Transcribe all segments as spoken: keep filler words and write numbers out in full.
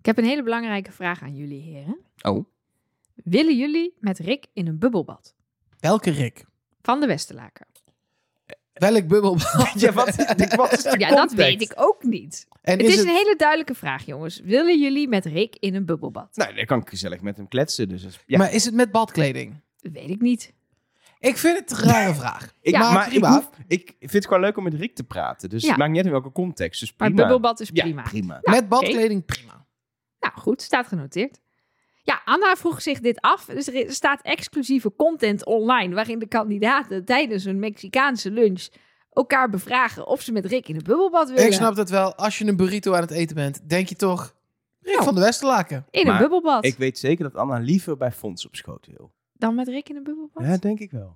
Ik heb een hele belangrijke vraag aan jullie, heren. Oh. Willen jullie met Rick in een bubbelbad? Welke Rick? Van de Westerlaken. Welk bubbelbad? Ja, wat, wat is de Ja, context? dat weet ik ook niet. En Het is, is het... een hele duidelijke vraag, jongens. Willen jullie met Rick in een bubbelbad? Nou, dan kan ik gezellig met hem kletsen. Dus dat is- ja. Maar is het met badkleding? Dat weet ik niet. Ik vind het een rare vraag. ik, Ja, maar ik, prima. hoef, ik vind het gewoon leuk om met Rick te praten. Dus Ja. het maakt niet uit in welke context. Dus Maar prima. het bubbelbad is Ja, prima. prima. Nou, met badkleding prima. Nou, goed. Staat genoteerd. Ja, Anna vroeg zich dit af. Dus er is- staat exclusieve content online... waarin de kandidaten tijdens een Mexicaanse lunch... elkaar bevragen of ze met Rick in een bubbelbad willen. Ik snap het wel. Als je een burrito aan het eten bent, denk je toch... Rick Oh. van de Westerlaken. In Maar een bubbelbad. Ik weet zeker dat Anna liever bij Fons op schoot wil. Dan met Rick in een bubbelbad? Ja, denk ik wel.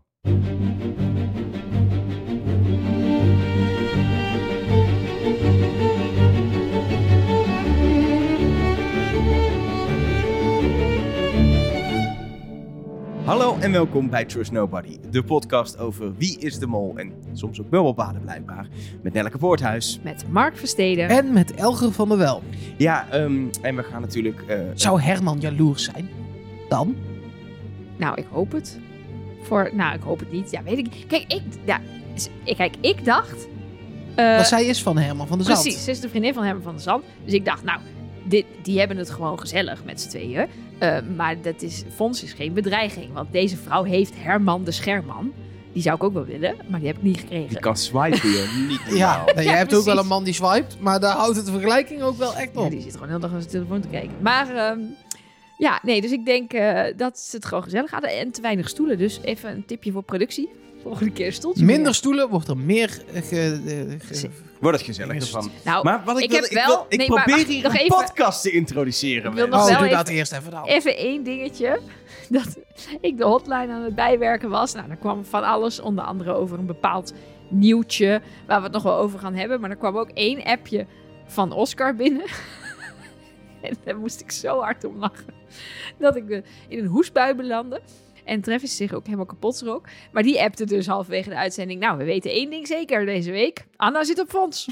Hallo en welkom bij Trust Nobody, de podcast over wie is de mol en soms ook bubbelbaden blijkbaar, met Nelleke Voorthuis. Met Mark Versteden. En met Elger van der Wel. Ja, um, en we gaan natuurlijk... Uh, Zou Herman jaloers zijn? Dan? Nou, ik hoop het. Voor, nou, ik hoop het niet. Ja, weet ik. Kijk, ik, ja, s- ik- kijk, ik dacht. eh, Want zij is van Herman van der Zand. precies, ze is de vriendin van Herman van der Zand. Dus ik dacht, nou, dit, die hebben het gewoon gezellig met z'n tweeën. Eh, maar dat is, Fons is geen bedreiging. Want deze vrouw heeft Herman de Scherman. Die zou ik ook wel willen, maar die heb ik niet gekregen. die kan swipen, joh. Niet normaal. Ja, en jij Ja, hebt ook wel precies. een man die swipet, maar daar houdt het de vergelijking ook wel echt Ja, op. die zit gewoon heel dag aan zijn telefoon te kijken. Maar ehm, ja, nee, dus ik denk eh, dat ze het gewoon gezellig hadden. En te weinig stoelen, dus even een tipje voor productie. Volgende keer een stoeltje Minder meer. stoelen wordt er meer eh, ge, eh, ge- Wordt het gezelliger Is- van. Nou, Maar wat ik, ik wil, heb ik, wel- wil, ik nee, maar probeer wacht, hier nog een even- podcast te introduceren. Ik wil mensen. nog Oh, wel doe even- dat eerst even dan. even één dingetje. Dat ik de hotline aan het bijwerken was. Nou, daar kwam van alles. Onder andere over een bepaald nieuwtje. Waar we het nog wel over gaan hebben. Maar er kwam ook één appje van Oscar binnen. En daar moest ik zo hard om lachen. Dat ik eh, in een hoestbui belandde. En Travis zich ook helemaal kapot schrok. Maar die appte dus halverwege de uitzending. Nou, we weten één ding zeker deze week. Anna zit op Fons.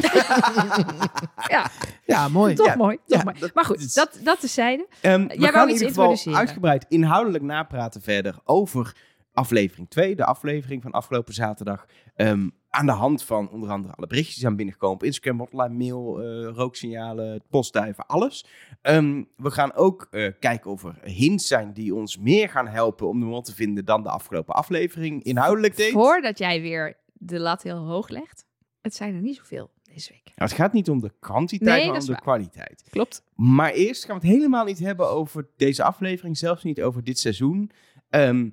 ja, Ja, mooi. toch Ja, mooi. Toch ja, mooi. dat- Maar dat goed, is- dat, dat tezijde. Ehm, we Jij wou gaan in iets ieder geval introduceren. uitgebreid inhoudelijk napraten verder over aflevering twee. De aflevering van afgelopen zaterdag. Ehm, aan de hand van onder andere alle berichtjes die aan binnengekomen. Op Instagram, hotline, mail, eh, rooksignalen, postduiven, alles. Ehm, we gaan ook eh, kijken of er hints zijn die ons meer gaan helpen om de mol te vinden dan de afgelopen aflevering inhoudelijk deed. Voordat jij weer de lat heel hoog legt. Het zijn er niet zoveel deze week. Nou, het gaat niet om de kwantiteit, Nee, maar dat om is de waar. kwaliteit. Klopt. Maar eerst gaan we het helemaal niet hebben over deze aflevering, zelfs niet over dit seizoen. Ehm,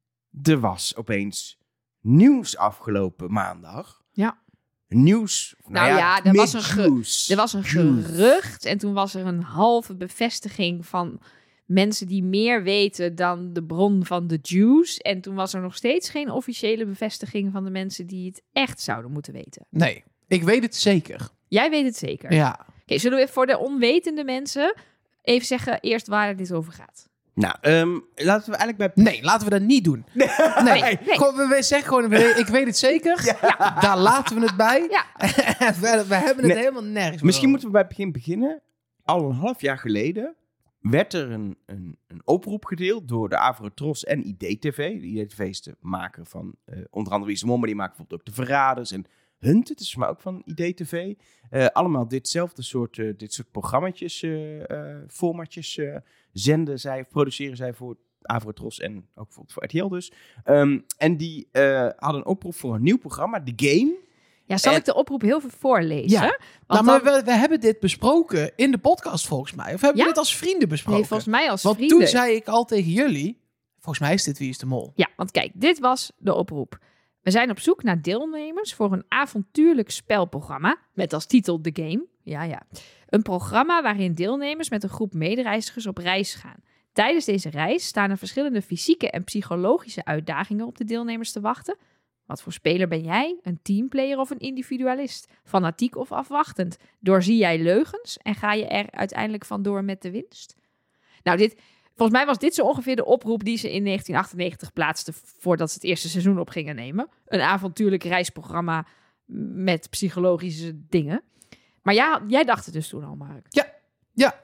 er was opeens nieuws afgelopen maandag. Ja. Nieuws. Nou ja, er was een ge- mid-juice. Er was een Juice. gerucht en toen was er een halve bevestiging van mensen die meer weten dan de bron van de juice. En toen was er nog steeds geen officiële bevestiging van de mensen die het echt zouden moeten weten. Nee, ik weet het zeker. Jij weet het zeker. Ja. Oké, zullen we voor de onwetende mensen even zeggen eerst waar dit over gaat? Nou, ehm, laten we eigenlijk bij... Nee, laten we dat niet doen. Nee, nee. Gewoon, we, we zeggen gewoon, we- ik weet het zeker. Ja. Daar laten we het bij. Ja. we, we hebben het Nee. helemaal nergens meer Misschien over. moeten we bij het begin beginnen. Al een half jaar geleden werd er een, een, een oproep gedeeld door de Avrotros en I D T V. De I D T V is de maker van uh, onder andere Wie is de Mol, maar die maakt bijvoorbeeld ook De Verraders en Hunt. Het is maar ook van I D T V. Uh, allemaal ditzelfde soort, uh, dit soort programmaatjes, uh, uh, formatjes uh, zenden zij, of produceren zij voor Avrotros en ook bijvoorbeeld voor R T L dus. Um, en die uh, hadden een oproep voor een nieuw programma, The Game. Ja, zal En- ik de oproep heel veel voorlezen? Ja. Want Nou, maar dan- we, we hebben dit besproken in de podcast volgens mij. Of hebben Ja? we dit als vrienden besproken? nee, volgens mij als Want vrienden. toen zei ik al tegen jullie... Volgens mij is dit Wie is de Mol. Ja, want kijk, dit was de oproep. We zijn op zoek naar deelnemers voor een avontuurlijk spelprogramma met als titel The Game. Ja, ja. Een programma waarin deelnemers met een groep medereizigers op reis gaan. Tijdens deze reis staan er verschillende fysieke en psychologische uitdagingen op de deelnemers te wachten. Wat voor speler ben jij? Een teamplayer of een individualist? Fanatiek of afwachtend? Doorzie jij leugens en ga je er uiteindelijk vandoor met de winst? Nou, dit... Volgens mij was dit zo ongeveer de oproep die ze in negentien achtennegentig plaatsten voordat ze het eerste seizoen op gingen nemen. Een avontuurlijk reisprogramma met psychologische dingen. Maar ja, jij dacht het dus toen al, Mark. Ja,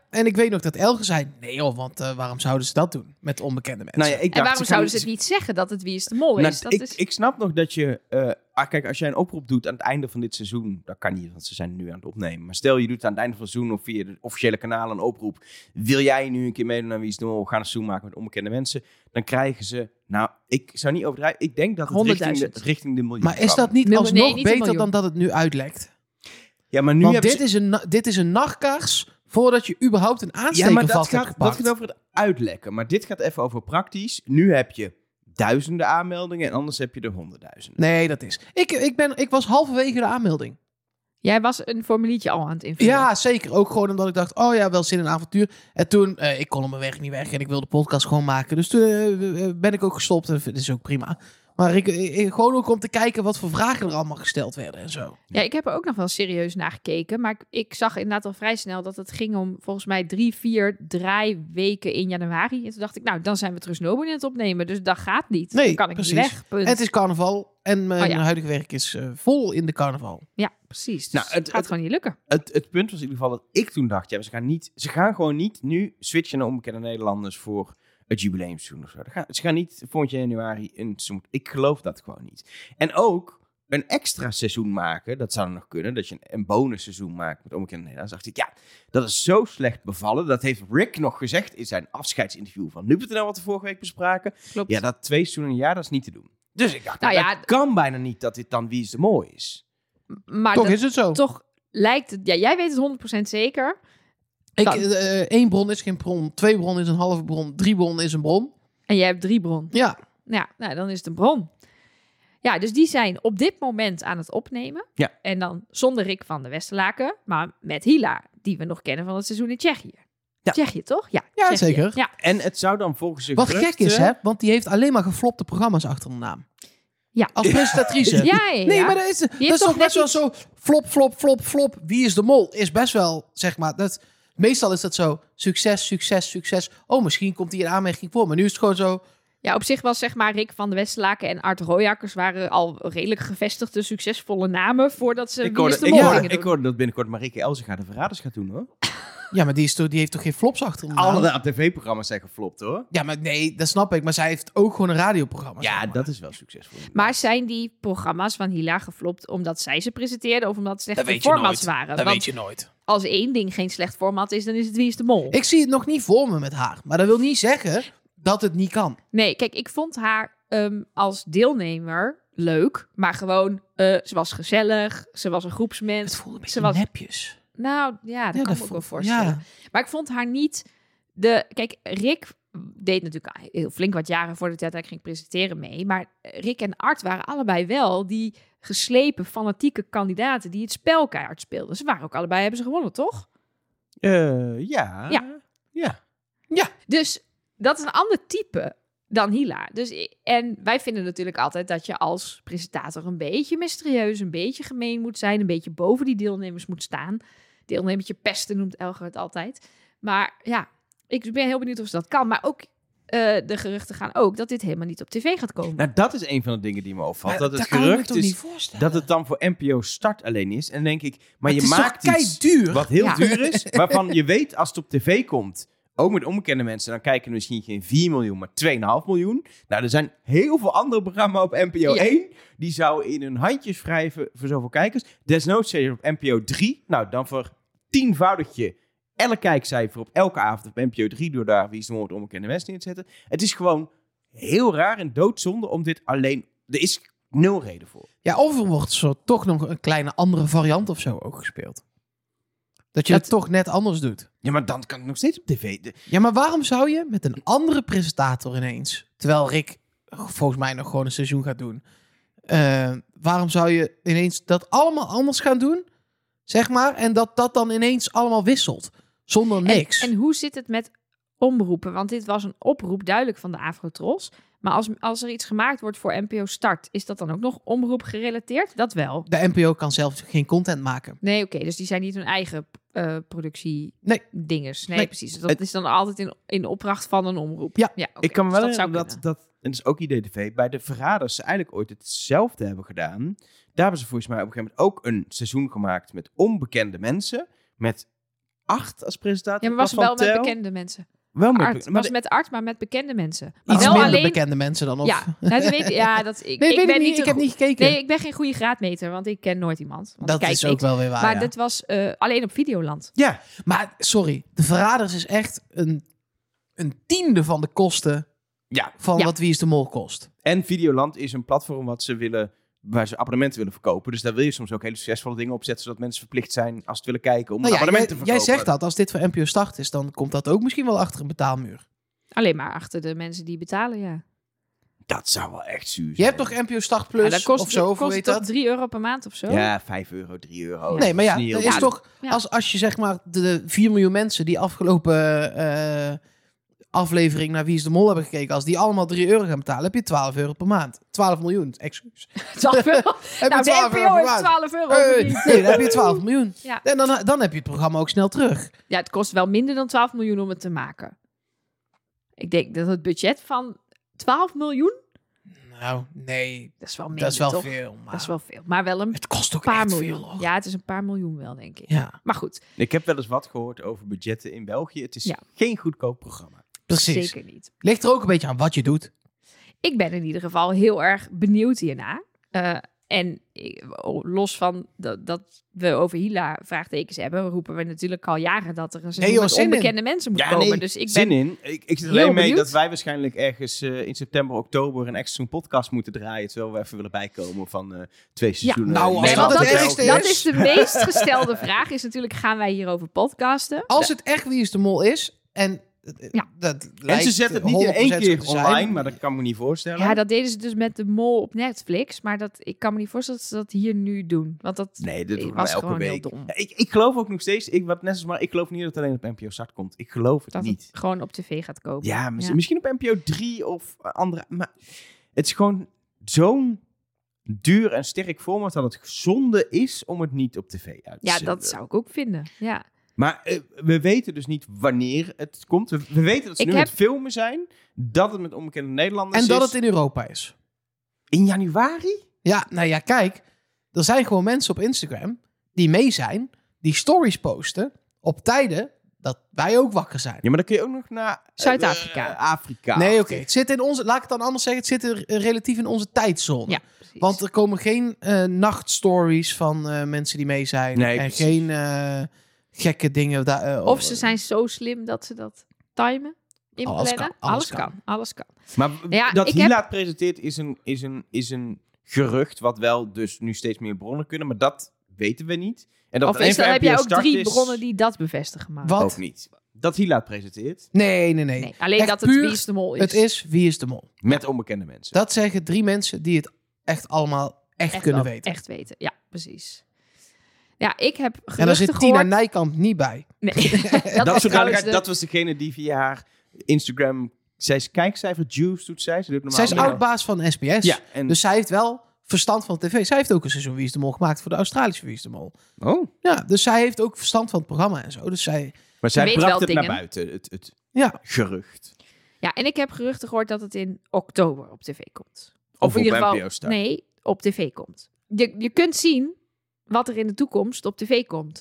en ik weet nog dat Elge zei... Nee joh, want uh, waarom zouden ze dat doen met onbekende mensen? Nou ja, ik dacht, en waarom ze zouden gaan, ze het niet zeggen dat het Wie is de Mol is? Nou, dat ik, is... ik snap nog dat je... Uh, ah, kijk, als jij een oproep doet aan het einde van dit seizoen... Dat kan niet, want ze zijn nu aan het opnemen. Maar stel, je doet aan het einde van het seizoen... of via de officiële kanalen een oproep... Wil jij nu een keer meedoen aan Wie is de Mol? We gaan een seizoen maken met onbekende mensen. Dan krijgen ze... Nou, ik zou niet overdrijven. Ik denk dat het richting de, richting de miljoen Maar is dat niet Mil- alsnog nee, niet beter dan dat het nu uitlekt? Ja, maar nu Want hebben dit, ze... is een, na- dit is een nachtkaars... voordat je überhaupt een aansteker Ja, maar dat vast hebt gaat, dat gepakt. gaat over het uitlekken. Maar dit gaat even over praktisch. Nu heb je duizenden aanmeldingen... en anders heb je er honderdduizenden. Nee, dat is... Ik, ik, ben, ik was halverwege de aanmelding. Jij was een formuliertje al aan het invullen. Ja, zeker. Ook gewoon omdat ik dacht, oh ja, wel zin in avontuur. En toen, uh, ik kon op mijn weg niet weg en ik wilde de podcast gewoon maken. Dus toen uh, ben ik ook gestopt en dat is ook prima. Maar ik, ik, gewoon ook om te kijken wat voor vragen er allemaal gesteld werden en zo. Ja, ik heb er ook nog wel serieus naar gekeken. Maar ik, ik zag inderdaad al vrij snel dat het ging om volgens mij drie, vier draaiweken in januari. En toen dacht ik, nou, dan zijn we terug Snowboard in het opnemen. Dus dat gaat niet. Nee, dan kan ik precies. niet weg. Punt. En het is carnaval en mijn Oh ja. huidige werk is uh, vol in de carnaval. Ja, precies. Dus Nou, het- het gaat het- gewoon niet lukken. Het, het punt was in ieder geval dat ik toen dacht... Ja, ze gaan, niet, ze gaan gewoon niet nu switchen naar onbekende Nederlanders... voor het jubileumseizoen of zo. Dat gaan, ze gaan niet volgend jaar januari een seizoen... Ik geloof dat gewoon niet. En ook een extra seizoen maken... Dat zou nog kunnen. Dat je een, een bonusseizoen maakt met onbekende Nederlanders. Dacht ik, ja, dat is zo slecht bevallen. Dat heeft Rick nog gezegd in zijn afscheidsinterview van Nu.nl... wat we vorige week bespraken. Klopt. Ja, dat twee seizoenen een jaar, dat is niet te doen. Dus ik dacht, Nou nou, ja, dat kan bijna niet dat dit dan Wie is de Mol is. Maar Toch dat- is het zo. toch lijkt het... Ja, jij weet het honderd procent zeker. Ik, dan. uh, één bron is geen bron, twee bron is een halve bron, drie bron is een bron. En jij hebt drie bron. Ja, Ja, nou, dan is het een bron. Ja, dus die zijn op dit moment aan het opnemen. Ja. En dan zonder Rick van de Westerlaken, maar met Hila, die we nog kennen van het seizoen in Tsjechië. Ja. Tsjechië, toch? Ja, Ja, Tsjechië. zeker. Ja. En het zou dan volgens de wat geruchten... gek is hè, want die heeft alleen maar geflopte programma's achter de naam. Ja. Als presentatrice. Ja, ja, ja. Nee, maar dat is, dat heeft is toch toch best wel net zo flop, flop, flop, flop. Wie is de Mol? Is best wel, zeg maar, dat, meestal is dat zo succes, succes, succes. Oh, misschien komt hij in aanmerking voor. Maar nu is het gewoon zo, Ja, op zich was zeg maar Rick van de Westerlaken en Art Royakkers waren al redelijk gevestigde, succesvolle namen voordat ze Ik Wie is hoorde, de ik, Mol hoorde, gingen ik doen. hoorde dat binnenkort Marieke Elzega de Verraders gaat doen, hoor. ja, maar die, is toch, die heeft toch geen flops achter de naam? Alle tv-programma's zijn geflopt, hoor. Ja, maar nee, dat snap ik. Maar zij heeft ook gewoon een radioprogramma. Ja, zeg maar. dat is wel succesvol. Maar zijn die programma's van Hila geflopt omdat zij ze presenteerden of omdat het slechte Dat weet je formats nooit. waren? Dat Want weet je nooit. als één ding geen slecht format is, dan is het Wie is de Mol. Ik zie het nog niet voor me met haar. Maar dat wil niet zeggen dat het niet kan. Nee, kijk, ik vond haar um, als deelnemer leuk, maar gewoon, uh, ze was gezellig, ze was een groepsmens. Het voelde een Ze beetje was- nepjes. Nou ja, dat Ja, kan dat ik me ook wel voel- voorstellen. ja. Maar ik vond haar niet de... Kijk, Rick deed natuurlijk al heel flink wat jaren voordat hij ging presenteren mee. Maar Rick en Art waren allebei wel die geslepen, fanatieke kandidaten die het spel keihard speelden. Ze waren ook allebei, hebben ze gewonnen, toch? Uh, ja. Ja. Ja. Dus dat is een ander type dan Hila. Dus, i- en wij vinden natuurlijk altijd dat je als presentator een beetje mysterieus, een beetje gemeen moet zijn, een beetje boven die deelnemers moet staan. Deelnemertje pesten noemt Elger het altijd. Maar ja, ik ben heel benieuwd of ze dat kan. Maar ook eh, de geruchten gaan ook dat dit helemaal niet op tv gaat komen. Nou, dat is een van de dingen die me opvalt. Maar dat het kan ik me gerucht toch is niet voorstellen. dat het dan voor N P O Start alleen is. En dan denk ik, maar het je is maakt toch iets keiduur? wat heel Ja. duur is, waarvan je weet als het op tv komt, ook met onbekende mensen, dan kijken er misschien geen vier miljoen, maar twee komma vijf miljoen. Nou, er zijn heel veel andere programma's op N P O Ja. één, die zouden in hun handjes wrijven voor zoveel kijkers. Desnoods zet je op N P O drie, nou dan voor tienvoudig je elk kijkcijfer op elke avond op N P O drie door daar Wie is de Mol met onbekende mensen neer te zetten. Het is gewoon heel raar en doodzonde om dit alleen... Er is nul reden voor. Ja, of er wordt zo toch nog een kleine andere variant of zo ook gespeeld. Dat je Dat- het toch net anders doet. Ja, maar dan kan het nog steeds op tv. De- Ja, maar waarom zou je met een andere presentator ineens... Terwijl Rick volgens mij nog gewoon een seizoen gaat doen. eh, waarom zou je ineens dat allemaal anders gaan doen? Zeg maar. En dat dat dan ineens allemaal wisselt. Zonder niks. En, en hoe zit het met omroepen? Want dit was een oproep duidelijk van de Afrotros. Maar als, als er iets gemaakt wordt voor N P O Start, is dat dan ook nog omroep gerelateerd? Dat wel. De N P O kan zelf geen content maken. Nee, oké. dus die zijn niet hun eigen eh productie Nee. dinges. Nee, Nee. precies. Dus dat Het- is dan altijd in, in opdracht van een omroep. Ja. oké. ik kan me Dus wel dat zou herinneren dat, kunnen. dat, en dat is ook I D T V, bij de Verraders ze eigenlijk ooit hetzelfde hebben gedaan. Daar hebben ze volgens mij op een gegeven moment ook een seizoen gemaakt met onbekende mensen. Met Art als presentator. Ja, maar was Bas wel van met Tel. bekende mensen. Wel met Art. bekende- was maar met Art, maar met bekende mensen. Maar Iets wel minder alleen... bekende mensen dan. Of... Ja, nou, dat weet, ja dat, ik, nee, ik weet ben ik niet. niet Ik heb een niet gekeken. Nee, ik ben geen goede graadmeter, want ik ken nooit iemand. Want dat ik kijk is ook niks. wel weer waar, Maar ja. dit was uh, alleen op Videoland. Ja, Maar sorry, De Verraders is echt een, een tiende van de kosten ja. van Ja. wat Wie is de Mol kost. En Videoland is een platform wat ze willen, waar ze abonnementen willen verkopen. Dus daar wil je soms ook hele succesvolle dingen op zetten, zodat mensen verplicht zijn als ze het willen kijken om Nou een ja, abonnement jij, te jij verkopen. zegt dat, als dit voor N P O Start is, dan komt dat ook misschien wel achter een betaalmuur. Alleen maar achter de mensen die betalen, ja. Dat zou wel echt zuur zijn. Je hebt toch N P O Start Plus ja dat kost, of zo, of hoe kost heet toch dat? drie euro per maand of zo? Ja, vijf euro, drie euro. Nee, maar ja, Dat is niet er heel is veel. toch, Ja. als, als je zeg maar de vier miljoen mensen die afgelopen eh, aflevering naar Wie is de Mol hebben gekeken, als die allemaal drie euro gaan betalen, heb je twaalf euro per maand. twaalf miljoen, excuus. twaalf euro. Heb Nou, je de twaalf N P euro O per heeft maand. twaalf euro Eh, verdiend. nee, dan heb je twaalf miljoen. Ja. En dan, dan heb je het programma ook snel terug. Ja, het kost wel minder dan twaalf miljoen om het te maken. Ik denk dat het budget van twaalf miljoen, Nou, nee, dat is wel minder, dat is wel toch? veel. Maar Dat is wel veel. Maar wel een het kost ook paar echt miljoen. veel. hoor. Ja, het is een paar miljoen wel, denk ik. Ja, Maar goed, Ik heb wel eens wat gehoord over budgetten in België. Het is Ja. geen goedkoop programma. precies. zeker niet. Ligt er ook een beetje aan wat je doet. Ik ben in ieder geval heel erg benieuwd hierna. Uh, en ik- los van dat, dat we over Hila vraagtekens hebben, roepen we natuurlijk al jaren dat er een seizoen joh, met zin in. onbekende mensen moet Ja, komen. nee, Dus ik zin ben in. Ik, ik zit heel alleen mee benieuwd. dat wij waarschijnlijk ergens eh, in september, oktober een extra seizoen podcast moeten draaien, terwijl we even willen bijkomen van eh, twee seizoenen. nou, als Nee, dat want het dat, ergste is, is- dat is de meest gestelde vraag. Is natuurlijk, gaan wij hierover podcasten? Als het echt Wie is de Mol is, en Ja. dat En lijkt ze zetten het niet in één honderd procent keer zo te zijn. online, maar dat kan me niet voorstellen. Ja, dat deden ze dus met de Mol op Netflix. Maar dat, ik kan me niet voorstellen dat ze dat hier nu doen. Want dat Nee, dit doen we was elke gewoon heel week. dom. Ja, ik, ik geloof ook nog steeds, ik, wat net als maar, ik geloof niet dat het alleen op N P O Start komt. Ik geloof het Dat niet. het gewoon op tv gaat komen. Ja, mis- Ja. misschien op N P O drie of andere. Maar het is gewoon zo'n duur en sterk format dat het zonde is om het niet op tv uit te Ja, zenden. dat zou ik ook vinden. Ja. Maar eh, we weten dus niet wanneer het komt. We, we weten dat ze Ik nu heb- met filmen zijn. Dat het met onbekende Nederlanders En dat is. het in Europa is. In januari? Ja, nou ja, kijk. Er zijn gewoon mensen op Instagram die mee zijn, die stories posten op tijden dat wij ook wakker zijn. Ja, maar dan kun je ook nog naar... eh, Zuid-Afrika. eh, Afrika. Nee, oké. Het zit in onze, laat ik het dan anders zeggen, het zit er eh, relatief in onze tijdzone. Ja, precies. Want er komen geen eh, nachtstories van eh, mensen die mee zijn. Nee, en precies. geen eh, gekke dingen. Da- eh, Of ze zijn zo slim dat ze dat timen, inplannen. Alles kan, alles Alles kan. kan. Alles kan. Maar Ja, dat ik Hila heb- het presenteert is een, is, een, is een gerucht wat wel dus nu steeds meer bronnen kunnen. Maar dat weten we niet. En dat Of het alleen is, dan voor heb N P O jij ook Start drie is, bronnen die dat bevestigen. Maar. Wat? ook niet. Dat Hila het presenteert Nee, nee, nee. Nee, alleen Echt dat het puur, Wie is de Mol is. Het is Wie is de Mol. met onbekende mensen. Dat zeggen drie mensen die het echt allemaal echt, echt kunnen wel- weten. Echt weten, ja, precies. Ja, ik heb geruchten En daar zit Tina gehoord... Nijkamp niet bij. Nee, dat, was voor duidelijkheid, trouwens de- dat was degene die via haar Instagram... Zij is kijkcijfer, Juice doet zij. Ze doet normaal Zij is meer- oud-baas van S B S. Ja, en... Dus zij heeft wel verstand van tv. Zij heeft ook een seizoen Wie is de Mol gemaakt voor de Australische Wie is de Mol. Oh, Ja, dus zij heeft ook verstand van het programma en zo. Dus zij, maar zij weet bracht wel het naar dingen. buiten, het, het ja. gerucht. Ja, en ik heb geruchten gehoord dat het in oktober op tv komt. Of in op ieder N geval, P O Start. nee, op tv komt. Je, je kunt zien wat er in de toekomst op tv komt.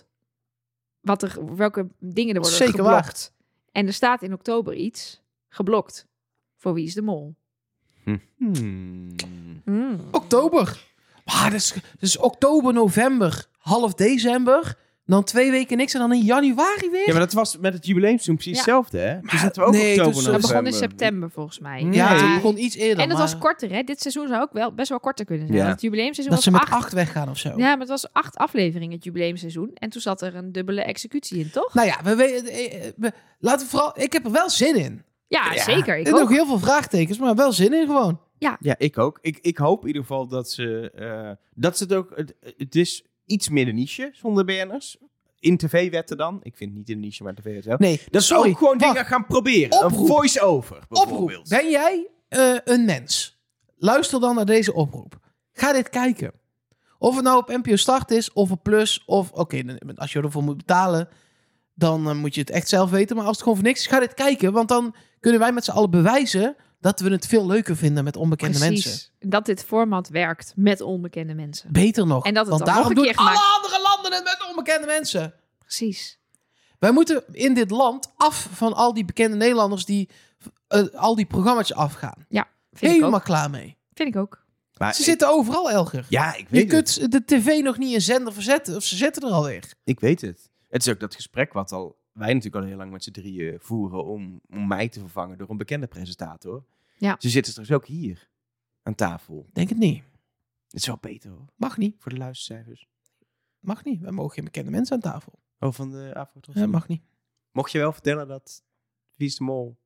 Wat er, welke dingen er worden Zeker geblokt. En er staat in oktober iets geblokt voor Wie is de Mol. Hm. Hmm. Hmm. Oktober. Maar dus, dus oktober, november, half december. Dan twee weken niks en dan in januari weer. Ja, maar dat was met het jubileumseizoen precies Ja. hetzelfde, hè? Toen zaten we ook nee, oktober, dus, Dat eh, begon in november. september volgens mij. Ja, Nee. het begon iets eerder. En dat maar was korter, hè? Dit seizoen zou ook wel best wel korter kunnen zijn. Ja. Het jubileumseizoen dat ze was met acht. acht weggaan of zo. Ja, maar het was acht afleveringen, het jubileumseizoen. En toen zat er een dubbele executie in, toch? Nou ja, we, weten- eh, we, laten we vooral. Ik heb er wel zin in. Ja, Ja. zeker. Er Ik zijn ook. nog heel veel vraagtekens, maar wel zin in gewoon. Ja, ik ook. Ik, ik hoop in ieder geval dat ze... eh, dat ze het ook... Het, het is iets meer de niche zonder B N'ers. In tv-wetten dan. Ik vind het niet in de niche, maar tv-wetten wel. Nee, Dat ze sorry. ook gewoon wacht. dingen gaan proberen. Een Oproep. voice-over, Oproep. bijvoorbeeld. Ben jij eh, een mens? Luister dan naar deze oproep. Ga dit kijken. Of het nou op N P O Start is, of op Plus, of... Oké, dan- als je ervoor moet betalen, dan eh, moet je het echt zelf weten. Maar als het gewoon voor niks is, ga dit kijken. Want dan kunnen wij met z'n allen bewijzen dat we het veel leuker vinden met onbekende Precies. mensen. Dat dit format werkt met onbekende mensen. Beter nog. En dat het want dan daarom nog een doen keer alle gemaakt- andere landen het met onbekende mensen. Precies. Wij moeten in dit land af van al die bekende Nederlanders die uh, al die programma's afgaan. Ja, vind Helemaal ik ook. klaar mee. Vind ik ook. Maar Ze ik- zitten overal, Elger. Ja, ik Je weet het. kunt de tv nog niet een zender verzetten. Of ze zetten er alweer. Ik weet het. Het is ook dat gesprek wat al wij natuurlijk al heel lang met z'n drieën voeren om, om mij te vervangen door een bekende presentator. Ja. Ze zitten straks ook hier aan tafel. Denk het niet. Het is wel beter hoor, Mag niet. voor de luistercijfers. Mag niet. We mogen geen bekende mensen aan tafel. Oh, van de Afrotros. Dat mag niet. Mocht je wel vertellen dat Wie is de Mol?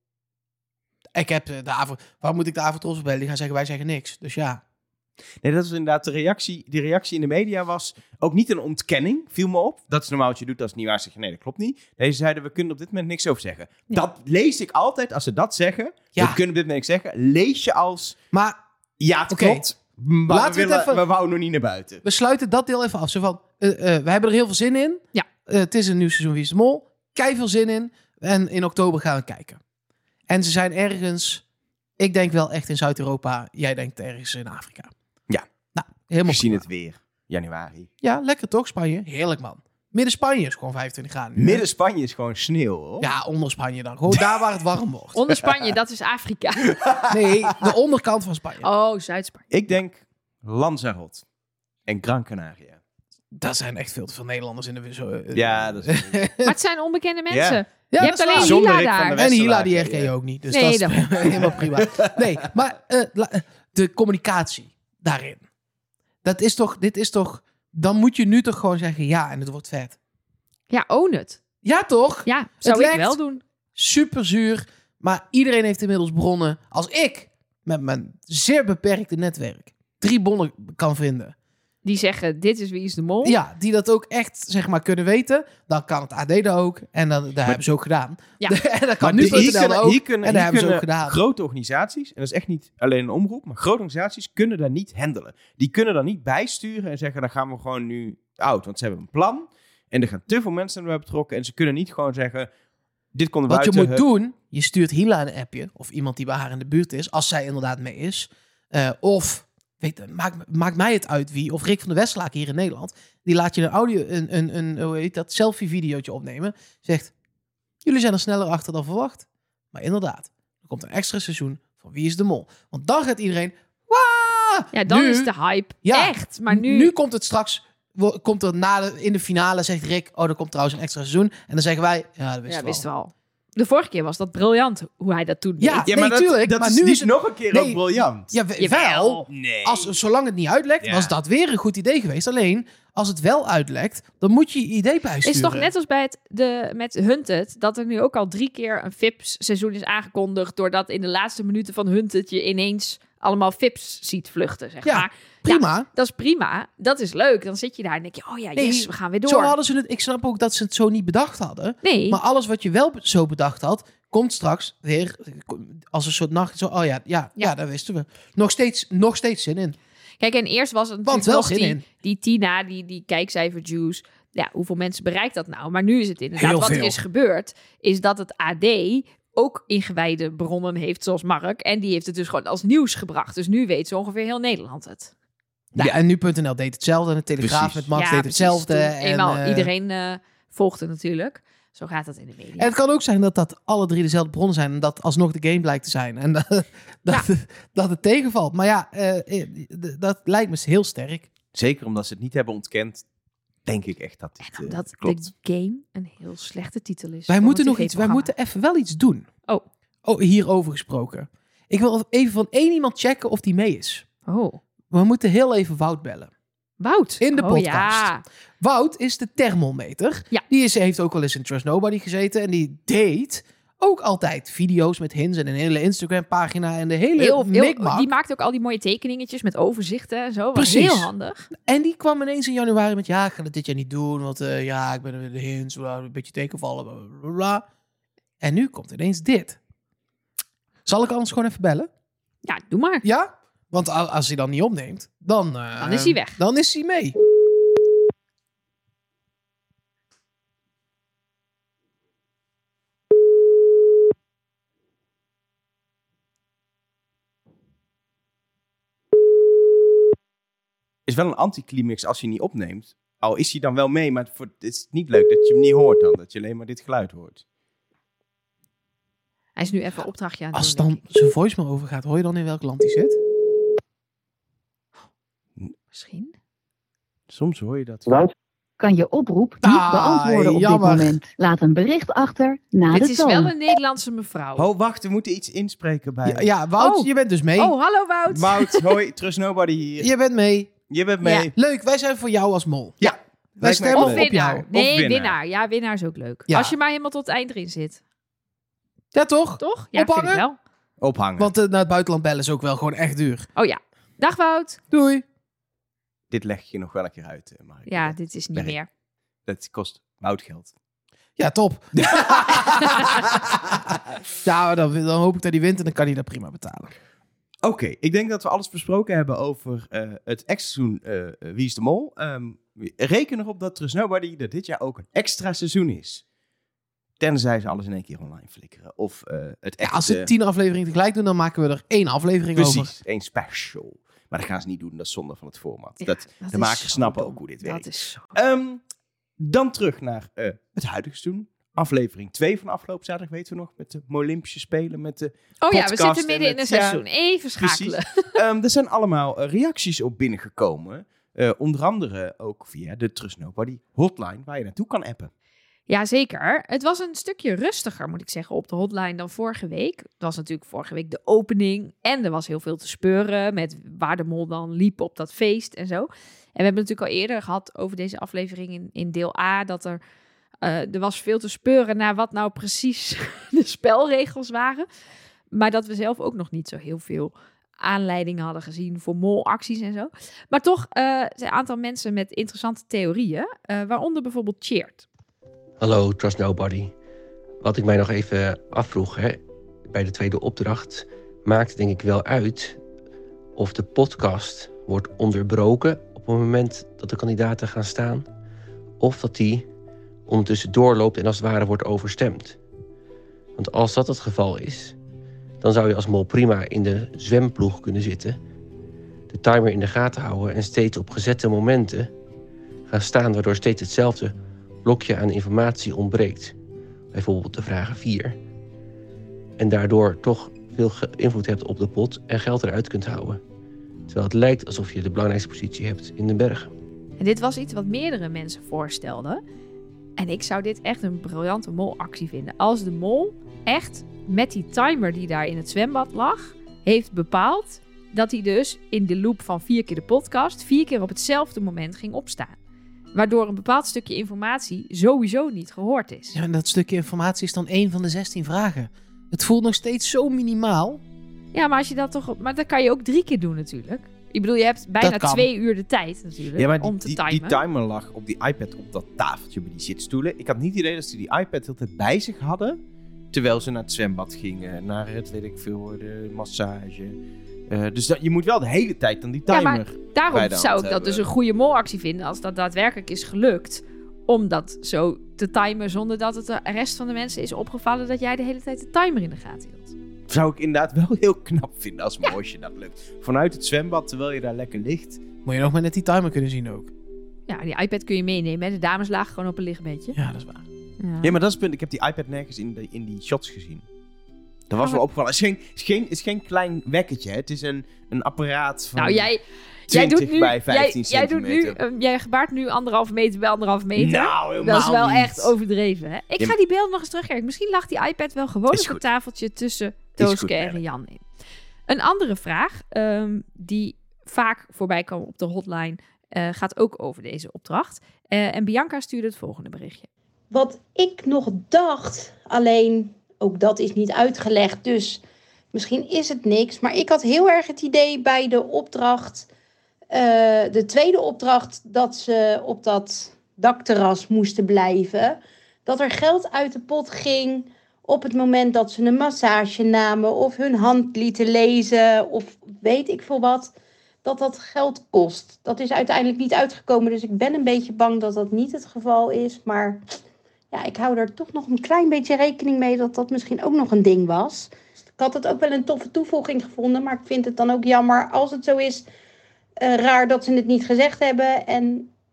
Ik heb eh, de avond. Waar moet ik de avondtros bellen? Die gaan zeggen wij zeggen niks. Dus ja. Nee, dat is inderdaad de reactie. Die reactie in de media was ook niet een ontkenning, viel me op. Dat is normaal wat je doet als het niet waar is. Zeg je, nee, dat klopt niet. Deze zeiden, we kunnen op dit moment niks over zeggen. Ja. Dat lees ik altijd, als ze dat zeggen, Ja. we kunnen op dit moment niks zeggen, lees je als, Maar ja, het Oké. klopt, maar Laten we, we het willen, even- we wouden nog niet naar buiten. we sluiten dat deel even af. Zo van, uh, uh, we hebben er heel veel zin in. Ja. Uh, het is een nieuw seizoen Wie is de Mol. Kei veel zin in. En in oktober gaan we kijken. En ze zijn ergens, ik denk wel echt in Zuid-Europa. Jij denkt ergens in Afrika. Ja. Nou, helemaal Gezien prima. het weer, januari. Ja, lekker toch, Spanje? Heerlijk, man. Midden Spanje is gewoon vijfentwintig graden. nu, hè? Midden Spanje is gewoon sneeuw, hoor. Ja, onder Spanje dan. Gewoon daar waar het warm wordt. Onder Spanje, dat is Afrika. Nee, de onderkant van Spanje. Oh, Zuid-Spanje. Ik denk Lanzarote en Gran Canaria. Daar zijn echt veel te veel Nederlanders in de... Zo, eh, Ja, dat is... Maar het zijn onbekende mensen. Ja. Ja, Je dat hebt is alleen waar. Zonder Hila Rick van daar. der En Hila, die Westerlaken, herken je ja. ook niet. Dus Nee, dat is helemaal prima. Nee, maar eh, la- eh, de communicatie daarin. Dat is toch, dit is toch... Dan moet je nu toch gewoon zeggen ja en het wordt vet. Ja, own het. Ja, toch? Ja, zou ik lekt. wel doen. Super zuur. Maar iedereen heeft inmiddels bronnen. Als ik met mijn zeer beperkte netwerk drie bronnen kan vinden. Die zeggen, dit is Wie is de Mol. Ja, die dat ook echt zeg maar kunnen weten. Dan kan het A D dat ook. En dan, daar hebben ze ook gedaan. Ja. En dat kan Maar nu die- hier dat kunnen, ook. hier kunnen, en hier daar hebben ze ook kunnen gedaan. grote organisaties, en dat is echt niet alleen een omroep, maar grote organisaties kunnen daar niet handelen. Die kunnen daar niet bijsturen en zeggen, dan gaan we gewoon nu out. Want ze hebben een plan en er gaan te veel mensen erbij betrokken en ze kunnen niet gewoon zeggen, dit kon er Wat je buiten. moet hup. doen, je stuurt Hila een appje. Of iemand die bij haar in de buurt is. Als zij inderdaad mee is. Uh, of, weet je, maakt maak mij het uit wie. Of Rick van der Westlaak hier in Nederland. Die laat je een audio, een, een, een hoe heet dat, selfie-videootje opnemen. Zegt, jullie zijn er sneller achter dan verwacht. Maar inderdaad, er komt een extra seizoen van Wie is de Mol. Want dan gaat iedereen, waa! Ja, dan Nu- is de hype Ja, echt. Maar nu... Nu komt het straks, wo- komt er na de, in de finale, zegt Rick, oh, er komt trouwens een extra seizoen. En dan zeggen wij, ja, dat wisten ja, we wist al. wel. De vorige keer was dat briljant, hoe hij dat toen deed. Ja, Ja, nee, maar dat, tuurlijk, dat maar is nu niet is het- nog een keer Nee. ook briljant. Ja, we- Jawel. wel. Nee. Als, zolang het niet uitlekt, Ja. was dat weer een goed idee geweest. Alleen, als het wel uitlekt, dan moet je je idee bijsturen. Het is toch net als bij het, de, met Hunted, dat er nu ook al drie keer een V I P-seizoen is aangekondigd, doordat in de laatste minuten van Hunted je ineens allemaal V I P's ziet vluchten, zeg Ja, maar. prima. Ja, dat is prima. Dat is leuk. Dan zit je daar en denk je, oh ja, Nee, yes, we gaan weer door. Zo hadden ze het. Ik snap ook dat ze het zo niet bedacht hadden. Nee, Maar alles wat je wel be- zo bedacht had, komt straks weer als een soort nacht. Zo, oh ja, ja, ja, Ja. dat wisten we. Nog steeds, nog steeds zin in. kijk, en eerst was het Want natuurlijk wel nog zin die, in. die Tina, die, die kijkcijfer juice. Ja, hoeveel mensen bereikt dat nou? Maar nu is het inderdaad, Heel wat er veel. is gebeurd, is dat het A D ook ingewijde bronnen heeft, zoals Mark. En die heeft het dus gewoon als nieuws gebracht. Dus nu weet zo ongeveer heel Nederland het. Ja, en nu punt n l deed hetzelfde. En de Telegraaf Precies. met Max Ja, deed precies. hetzelfde. Toen En, eenmaal eh, iedereen eh volgde natuurlijk. Zo gaat dat in de media. En het kan ook zijn dat dat alle drie dezelfde bronnen zijn. En dat alsnog de game blijkt te zijn. En dat, dat, dat het tegenvalt. Maar ja, eh, eh, d- dat lijkt me heel sterk. Zeker omdat ze het niet hebben ontkend, denk ik echt dat het En eh, omdat klopt. de game een heel slechte titel is. Wij voor moeten een nog iets. Wij tv-programma. moeten even wel iets doen. Oh. Oh, hierover gesproken. Ik wil even van één iemand checken of die mee is. Oh, We moeten heel even Wout bellen. Wout. In de Oh, podcast. ja. Wout is de thermometer. Ja. Die is, heeft ook wel eens in Trust Nobody gezeten. En die deed ook altijd video's met hints en een hele Instagram-pagina en de hele Heel, heel, mikmak. die maakt ook al die mooie tekeningetjes met overzichten en zo. Was Precies. heel handig. En die kwam ineens in januari met... Ja, ik ga het dit jaar niet doen, want eh, ja, ik ben er weer de hints, bla, een beetje tekenvallen, bla, bla, bla, bla. En nu komt ineens dit. Zal ik anders gewoon even bellen? Ja, doe maar. Ja? Want a- als hij dan niet opneemt, dan... eh, Dan is hij weg. Dan is hij mee. Is wel een anticlimax als je niet opneemt. al is hij dan wel mee, maar voor, het is niet leuk dat je hem niet hoort dan. Dat je alleen maar dit geluid hoort. Hij is nu even een opdrachtje aan het Als doen, dan denk ik. zijn voicemail overgaat, hoor je dan in welk land hij zit? Misschien. Soms hoor je dat. Wout kan je oproep niet Ah, beantwoorden op jammer. dit moment. Laat een bericht achter na Dit de is toon. wel een Nederlandse mevrouw. Oh, wacht, we moeten iets inspreken bij... Ja, ja Wout, Oh. je bent dus mee. Oh, hallo Wout. Wout, hoi, Trust Nobody hier. Je bent mee. Je bent mee. Ja. Leuk, wij zijn voor jou als mol. Ja. Wij Lijkt me stemmen Of echt op leuk. winnaar. jou. Nee, winnaar. winnaar. Ja, winnaar is ook leuk. Ja. Als je maar helemaal tot het eind erin zit. Ja, toch? Toch? Ja, Ophangen? vind ik wel. Ophangen. Want uh, naar het buitenland bellen is ook wel gewoon echt duur. Oh ja. Dag Wout. Doei. Dit leg je nog wel een keer uit, eh, Mark. Ja, Dat- dit is niet werk. meer. Dat kost Wout geld. Ja, top. ja, dan, dan hoop ik dat hij wint en dan kan hij dat prima betalen. Oké, ik denk dat we alles besproken hebben over uh, het extra seizoen uh, Wie is de Mol. Um, reken erop dat Trust Nobody er dit jaar ook een extra seizoen is. Tenzij ze alles in één keer online flikkeren. Of uh, het Ja, echt... als ze uh, tien afleveringen tegelijk doen, dan maken we er één aflevering over. Precies, één special. Maar dat gaan ze niet doen, dat is zonde van het format. Ja, dat, dat de is makers zo snappen dom. ook hoe dit Dat werkt. is zo. Um, dan terug naar uh, het huidige seizoen. Aflevering twee van afgelopen zaterdag, weten we nog. Met de Olympische Spelen, met de Oh ja, we podcast zitten midden en in een het- ja, seizoen. Even schakelen. um, er zijn allemaal uh, reacties op binnengekomen. Uh, onder andere ook via de Trust Nobody hotline, waar je naartoe kan appen. Ja, zeker. Het was een stukje rustiger, moet ik zeggen, op de hotline dan vorige week. Het was natuurlijk vorige week de opening. En er was heel veel te speuren met waar de mol dan liep op dat feest en zo. En we hebben natuurlijk al eerder gehad over deze aflevering in, in deel A... dat er, uh, er was veel te speuren naar wat nou precies de spelregels waren. Maar dat we zelf ook nog niet zo heel veel aanleidingen hadden gezien voor molacties en zo. Maar toch uh, zijn een aantal mensen met interessante theorieën. Uh, waaronder bijvoorbeeld Cheert. Hallo, Trust Nobody. Wat ik mij nog even afvroeg, hè, bij de tweede opdracht, maakt denk ik wel uit of de podcast wordt onderbroken op het moment dat de kandidaten gaan staan, of dat die ondertussen doorloopt en als het ware wordt overstemd. Want als dat het geval is, dan zou je als mol prima in de zwemploeg kunnen zitten, de timer in de gaten houden en steeds op gezette momenten gaan staan, waardoor steeds hetzelfde blokje aan informatie ontbreekt. Bijvoorbeeld de vragen vier. En daardoor toch veel ge- invloed hebt op de pot en geld eruit kunt houden. Terwijl het lijkt alsof je de belangrijkste positie hebt in de bergen. En dit was iets wat meerdere mensen voorstelden. En ik zou dit echt een briljante molactie vinden. Als de mol echt met die timer die daar in het zwembad lag, heeft bepaald dat hij dus in de loop van vier keer de podcast vier keer op hetzelfde moment ging opstaan. Waardoor een bepaald stukje informatie sowieso niet gehoord is. Ja, en dat stukje informatie is dan één van de zestien vragen. Het voelt nog steeds zo minimaal. Ja, maar als je dat toch... Maar dat kan je ook drie keer doen natuurlijk. Ik bedoel, je hebt bijna Dat kan. twee uur de tijd natuurlijk Ja, maar die, om te die, timen. die timer lag op die iPad op dat tafeltje bij die zitstoelen. Ik had niet het idee dat ze die iPad de hele tijd bij zich hadden. Terwijl ze naar het zwembad gingen, naar het, weet ik veel, de massage. Uh, dus dat, je moet wel de hele tijd dan die timer... Ja, maar daarom bij de zou hand ik dat dus hebben. een goede molactie vinden als dat daadwerkelijk is gelukt. Om dat zo te timen zonder dat het de rest van de mensen is opgevallen dat jij de hele tijd de timer in de gaten hield. Zou ik inderdaad wel heel knap vinden als ja. moosje dat lukt. Vanuit het zwembad, terwijl je daar lekker ligt. Moet je nog maar net die timer kunnen zien ook. Ja, die iPad kun je meenemen. Hè? De dames lagen gewoon op een lichtbedje. Ja, dat is waar. Ja. Ja, maar dat is het punt. Ik heb die iPad nergens in, de, in die shots gezien. Dat was Ja, wel maar- opgevallen. Het is geen, het is geen, het is geen klein wekkertje. Hè. Het is een, een apparaat van Nou, jij, jij doet twintig nu, bij vijftien jij, jij doet nu, centimeter. uh, jij gebaart nu anderhalve meter bij anderhalve meter. Nou, helemaal Dat is wel niet. echt overdreven, hè? Ik Ja, ga die beelden nog eens terugkijken. Misschien lag die iPad wel gewoon Is op het goed. tafeltje tussen Is Tooske goed, en Merk. Rian in. Een andere vraag um, die vaak voorbij kwam op de hotline uh, gaat ook over deze opdracht. Uh, en Bianca stuurde het volgende berichtje. Wat ik nog dacht, alleen ook dat is niet uitgelegd, dus misschien is het niks. Maar ik had heel erg het idee bij de opdracht, uh, de tweede opdracht, dat ze op dat dakterras moesten blijven. Dat er geld uit de pot ging op het moment dat ze een massage namen of hun hand lieten lezen of weet ik veel wat. Dat dat geld kost. Dat is uiteindelijk niet uitgekomen, dus ik ben een beetje bang dat dat niet het geval is. Maar ja, ik hou er toch nog een klein beetje rekening mee dat dat misschien ook nog een ding was. Ik had het ook wel een toffe toevoeging gevonden, maar ik vind het dan ook jammer als het zo is. Uh, raar dat ze het niet gezegd hebben. En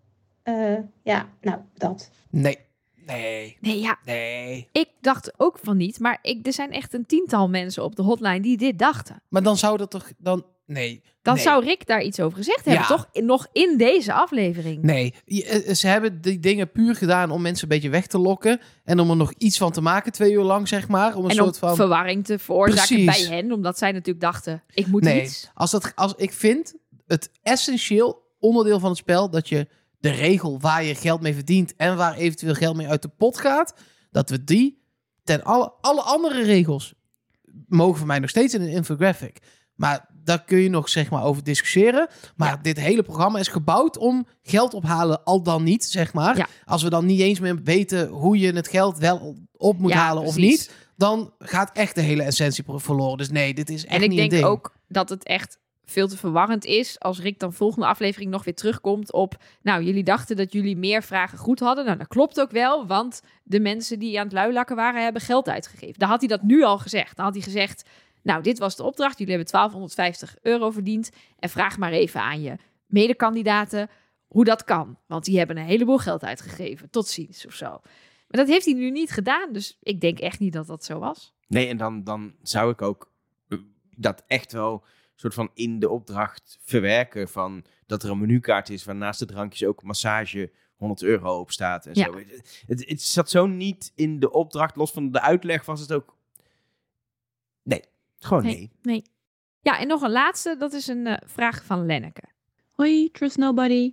Uh, ja, nou, dat. Nee. Nee. Nee, ja. Nee. Ik dacht ook van niet, maar ik, er zijn echt een tiental mensen op de hotline die dit dachten. Maar dan zou dat toch... dan Nee. Dan nee. zou Rick daar iets over gezegd hebben, Ja. toch? Nog in deze aflevering. Nee. Je- Ze hebben die dingen puur gedaan om mensen een beetje weg te lokken. En om er nog iets van te maken, twee uur lang, zeg maar. Om een En soort om van... verwarring te veroorzaken Precies. bij hen, omdat zij natuurlijk dachten, ik moet Nee. iets. Als dat, als, ik vind het essentieel onderdeel van het spel dat je de regel waar je geld mee verdient en waar eventueel geld mee uit de pot gaat, dat we die ten alle, alle andere regels mogen voor mij nog steeds in een infographic. Maar daar kun je nog zeg maar over discussiëren. Maar Ja. dit hele programma is gebouwd om geld ophalen, al dan niet, zeg maar. Ja. Als we dan niet eens meer weten hoe je het geld wel op moet Ja, halen of precies. niet, dan gaat echt de hele essentie verloren. Dus nee, dit is echt En ik niet een denk ding. ook dat het echt veel te verwarrend is als Rick dan volgende aflevering nog weer terugkomt op, nou, jullie dachten dat jullie meer vragen goed hadden. Nou, dat klopt ook wel, want de mensen die aan het luilakken waren, hebben geld uitgegeven. Dan had hij dat nu al gezegd. Dan had hij gezegd, nou, dit was de opdracht. Jullie hebben twaalfhonderdvijftig euro verdiend. En vraag maar even aan je medekandidaten hoe dat kan. Want die hebben een heleboel geld uitgegeven. Tot ziens of zo. Maar dat heeft hij nu niet gedaan. Dus ik denk echt niet dat dat zo was. Nee, en dan, dan zou ik ook uh, dat echt wel soort van in de opdracht verwerken van dat er een menukaart is waar naast de drankjes ook massage honderd euro op staat en Ja. zo. Het, het zat zo niet in de opdracht. Los van de uitleg was het ook... Nee, gewoon nee. Nee. Nee. Ja, en nog een laatste. Dat is een uh, vraag van Lenneke. Hoi, Trust Nobody.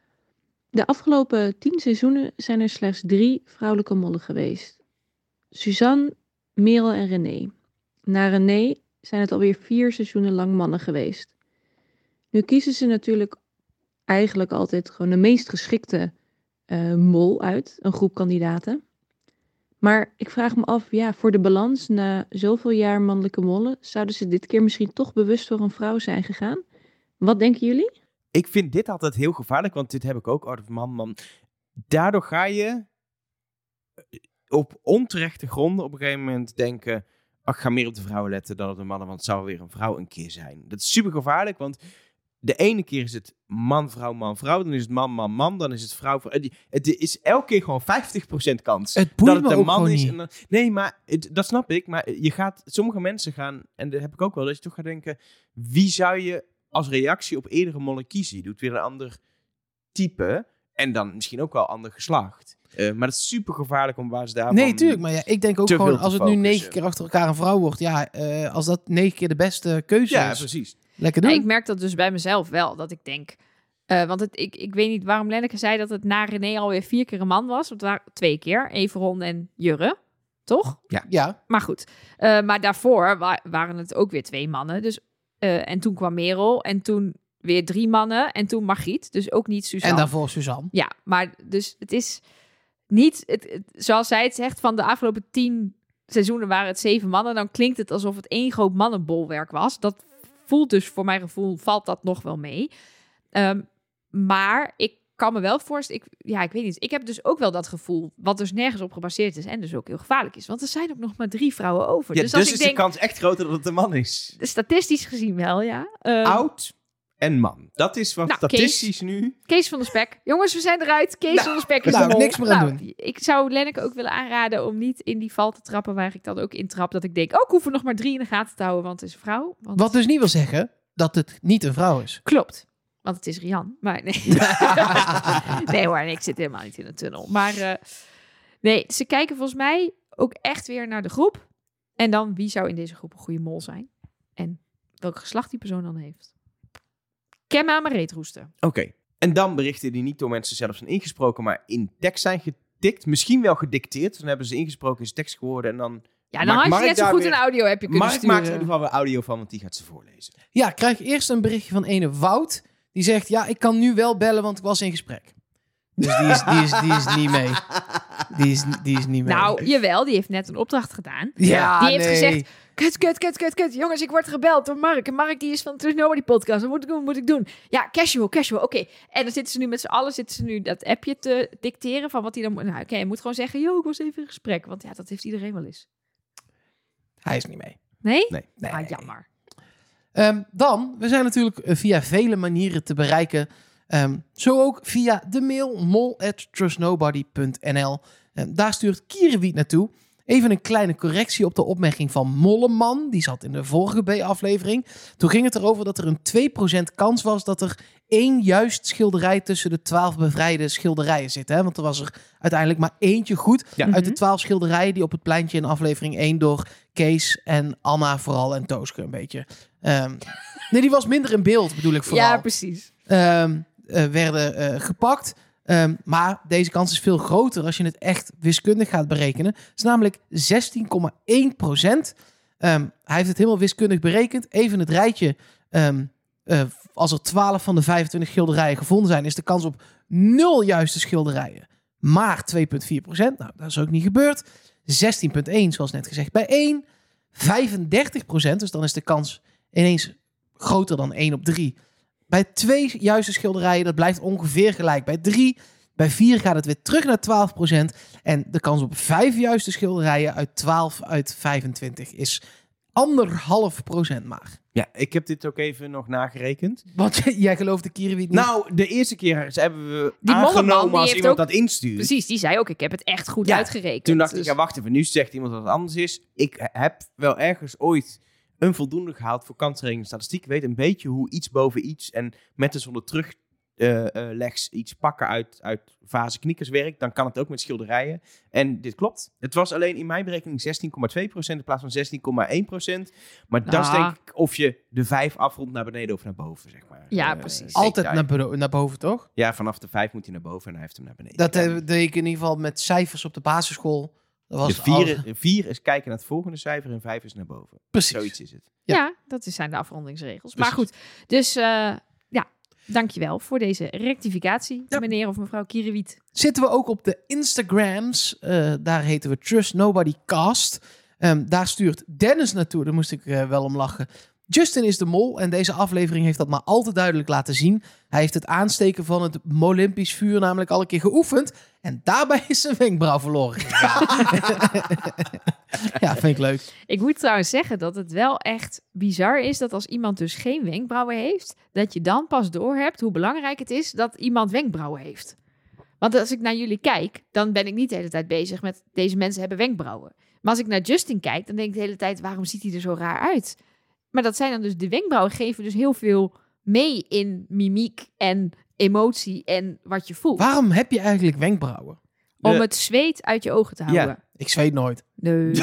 De afgelopen tien seizoenen zijn er slechts drie vrouwelijke mollen geweest. Suzanne, Merel en René. Na René zijn het alweer vier seizoenen lang mannen geweest. Nu kiezen ze natuurlijk eigenlijk altijd gewoon de meest geschikte uh, mol uit, een groep kandidaten. Maar ik vraag me af, ja, voor de balans na zoveel jaar mannelijke mollen, zouden ze dit keer misschien toch bewust voor een vrouw zijn gegaan? Wat denken jullie? Ik vind dit altijd heel gevaarlijk, want dit heb ik ook. Oh, man, man. Daardoor ga je op onterechte gronden op een gegeven moment denken, ach, ik ga meer op de vrouwen letten dan op de mannen, want het zou weer een vrouw een keer zijn. Dat is super gevaarlijk, want de ene keer is het man, vrouw, man, vrouw. Dan is het man, man, man. Dan is het vrouw, vrouw. Het is elke keer gewoon vijftig procent kans Het boeit dat het me een ook man gewoon is. niet. En dan, nee, maar het, dat snap ik. Maar je gaat, sommige mensen gaan, en dat heb ik ook wel, dat je toch gaat denken, wie zou je als reactie op eerdere mollen kiezen? Je doet weer een ander type en dan misschien ook wel ander geslacht. Uh, maar dat is super gevaarlijk om basis daarvan... Nee, tuurlijk. Maar ja, ik denk ook te gewoon, veel te als het nu focussen. negen keer achter elkaar een vrouw wordt, ja, uh, als dat negen keer de beste keuze Ja, is, precies. lekker doen. Ja, ik merk dat dus bij mezelf wel. Dat ik denk... Uh, want het, ik, ik weet niet waarom Lenneke zei dat het na René alweer vier keer een man was. Het waren twee keer. Everon en Jurre. Toch? Ja, Maar goed. Uh, maar daarvoor wa- waren het ook weer twee mannen. Dus, uh, en toen kwam Merel. En toen weer drie mannen. En toen Margriet. Dus ook niet Suzanne. en daarvoor Suzanne. Ja, maar dus het is niet... Het, het, zoals zij het zegt, van de afgelopen tien seizoenen waren het zeven mannen. Dan klinkt het alsof het één groot mannenbolwerk was. Dat voelt dus voor mijn gevoel, valt dat nog wel mee. Um, maar ik kan me wel voorstellen... Ik, ja, ik weet niet. Ik heb dus ook wel dat gevoel, wat dus nergens op gebaseerd is en dus ook heel gevaarlijk is. Want er zijn ook nog maar drie vrouwen over. Ja, dus dus, als is ik denk, de kans echt groter dat het een man is. statistisch gezien wel, ja. Um, Oud en man. Dat is wat Nou, statistisch nu... Kees van der Spek. Jongens, we zijn eruit. Kees Nou, van der Spek is nou, de mol. niks meer aan Nou, doen. Ik zou Lenneke ook willen aanraden om niet in die val te trappen waar ik dan ook in trap. Dat ik denk, oh, ik hoef er nog maar drie in de gaten te houden, want het is een vrouw. Want... Wat dus niet wil zeggen dat het niet een vrouw is. Klopt. Want het is Rian. Maar nee. nee hoor, nee, ik zit helemaal niet in een tunnel. Maar uh, nee, ze kijken volgens mij ook echt weer naar de groep. En dan, wie zou in deze groep een goede mol zijn? En welk geslacht die persoon dan heeft. Ik heb me aan mijn reet roesten. Oké. Okay. En dan berichten die niet door mensen zelf zijn ingesproken, maar in tekst zijn getikt. Misschien wel gedicteerd. Dan hebben ze ingesproken, is tekst geworden en dan... Ja, dan Mark, had je Mark net zo daar goed weer, een audio heb je kunnen Mark sturen. maakt er in ieder geval weer audio van, want die gaat ze voorlezen. Ja, ik krijg eerst een berichtje van ene Wout. Die zegt, ja, ik kan nu wel bellen, want ik was in gesprek. Dus die is, die is, die is niet mee. Die is, die is niet mee. Nou, jawel, die heeft net een opdracht gedaan. ja, die heeft nee. gezegd, kut, kut, kut, kut, kut. Jongens, ik word gebeld door Mark. En Mark die is van Trust Nobody podcast. Wat moet ik doen, wat moet ik doen? Ja, casual, casual, oké. Okay. En dan zitten ze nu met z'n allen, zitten ze nu dat appje te dicteren van wat hij dan... Nou, oké, okay, hij moet gewoon zeggen, yo, ik was even in gesprek. Want ja, dat heeft iedereen wel eens. Hij is niet mee. Nee? Nee. Nee. Ah, jammer. Um, dan, we zijn natuurlijk via vele manieren te bereiken. Um, zo ook via de mail mol at trustnobody punt n l. Um, daar stuurt Kierenwiet naartoe. Even een kleine correctie op de opmerking van Molleman. Die zat in de vorige B-aflevering. Toen ging het erover dat er een twee procent kans was dat er één juist schilderij tussen de twaalf bevrijde schilderijen zit. Hè? Want er was er uiteindelijk maar eentje goed Ja. uit de twaalf schilderijen die op het pleintje in aflevering één door Kees en Anna vooral en Tooske een beetje. Um, nee, die was minder in beeld, bedoel ik vooral. Ja, precies. Um, uh, werden uh, gepakt. Um, maar deze kans is veel groter als je het echt wiskundig gaat berekenen. Het is namelijk zestien komma één procent. Um, hij heeft het helemaal wiskundig berekend. Even het rijtje. Um, uh, als er twaalf van de vijfentwintig schilderijen gevonden zijn, is de kans op nul juiste schilderijen maar twee komma vier procent. Nou, dat is ook niet gebeurd. zestien komma één, zoals net gezegd, bij één. vijfendertig procent, dus dan is de kans ineens groter dan één op drie. Bij twee juiste schilderijen, dat blijft ongeveer gelijk. Bij drie, bij vier gaat het weer terug naar twaalf procent. En de kans op vijf juiste schilderijen uit twaalf uit vijfentwintig is anderhalf procent maar. Ja, ik heb dit ook even nog nagerekend. Want jij gelooft de Kierenwiet niet? Nou, de eerste keer hebben we Die Molleman, aangenomen die als heeft iemand ook- dat instuurt. Precies, die zei ook, ik heb het echt goed Ja, uitgerekend. Toen dacht Dus- ik, ja, wacht even, nu zegt iemand dat het anders is. Ik heb wel ergens ooit een voldoende gehaald voor kansrekening statistiek. Ik weet een beetje hoe iets boven iets en met en zonder terug uh, uh, legs iets pakken uit, uit fase kniekers werkt. Dan kan het ook met schilderijen. En dit klopt. Het was alleen in mijn berekening zestien komma twee procent in plaats van zestien komma één procent. Maar dat is Nou. denk ik of je de vijf afrondt naar beneden of naar boven, zeg maar. Ja, Uh, precies. Altijd detail. naar, bedo- naar boven, toch? Ja, vanaf de vijf moet hij naar boven en hij heeft hem naar beneden. Dat Ja. eh, deed ik in ieder geval met cijfers op de basisschool. Dat was De vier, alles- is- vier is kijken naar het volgende cijfer en vijf is naar boven. Precies. Zoiets is het. Ja. Ja, dat is- zijn de afrondingsregels. Maar Precies. goed, dus uh, ja, dankjewel voor deze rectificatie, Ja. meneer of mevrouw Kierenwiet. Zitten we ook op de Instagrams. Uh, daar heten we Trust Nobody Cast. Um, daar stuurt Dennis naartoe. Daar moest ik uh, wel om lachen. Justin is de mol en deze aflevering heeft dat maar al te duidelijk laten zien. Hij heeft het aansteken van het Molympisch vuur namelijk al een keer geoefend. En daarbij is zijn wenkbrauw verloren gegaan. Ja, vind ik leuk. Ik moet trouwens zeggen dat het wel echt bizar is dat als iemand dus geen wenkbrauwen heeft, dat je dan pas doorhebt hoe belangrijk het is dat iemand wenkbrauwen heeft. Want als ik naar jullie kijk, dan ben ik niet de hele tijd bezig met deze mensen hebben wenkbrauwen. Maar als ik naar Justin kijk, dan denk ik de hele tijd, waarom ziet hij er zo raar uit? Maar dat zijn dan dus, de wenkbrauwen geven dus heel veel mee in mimiek en emotie en wat je voelt. Waarom heb je eigenlijk wenkbrauwen? Om De- het zweet uit je ogen te houden. Ik zweet nooit. Nee,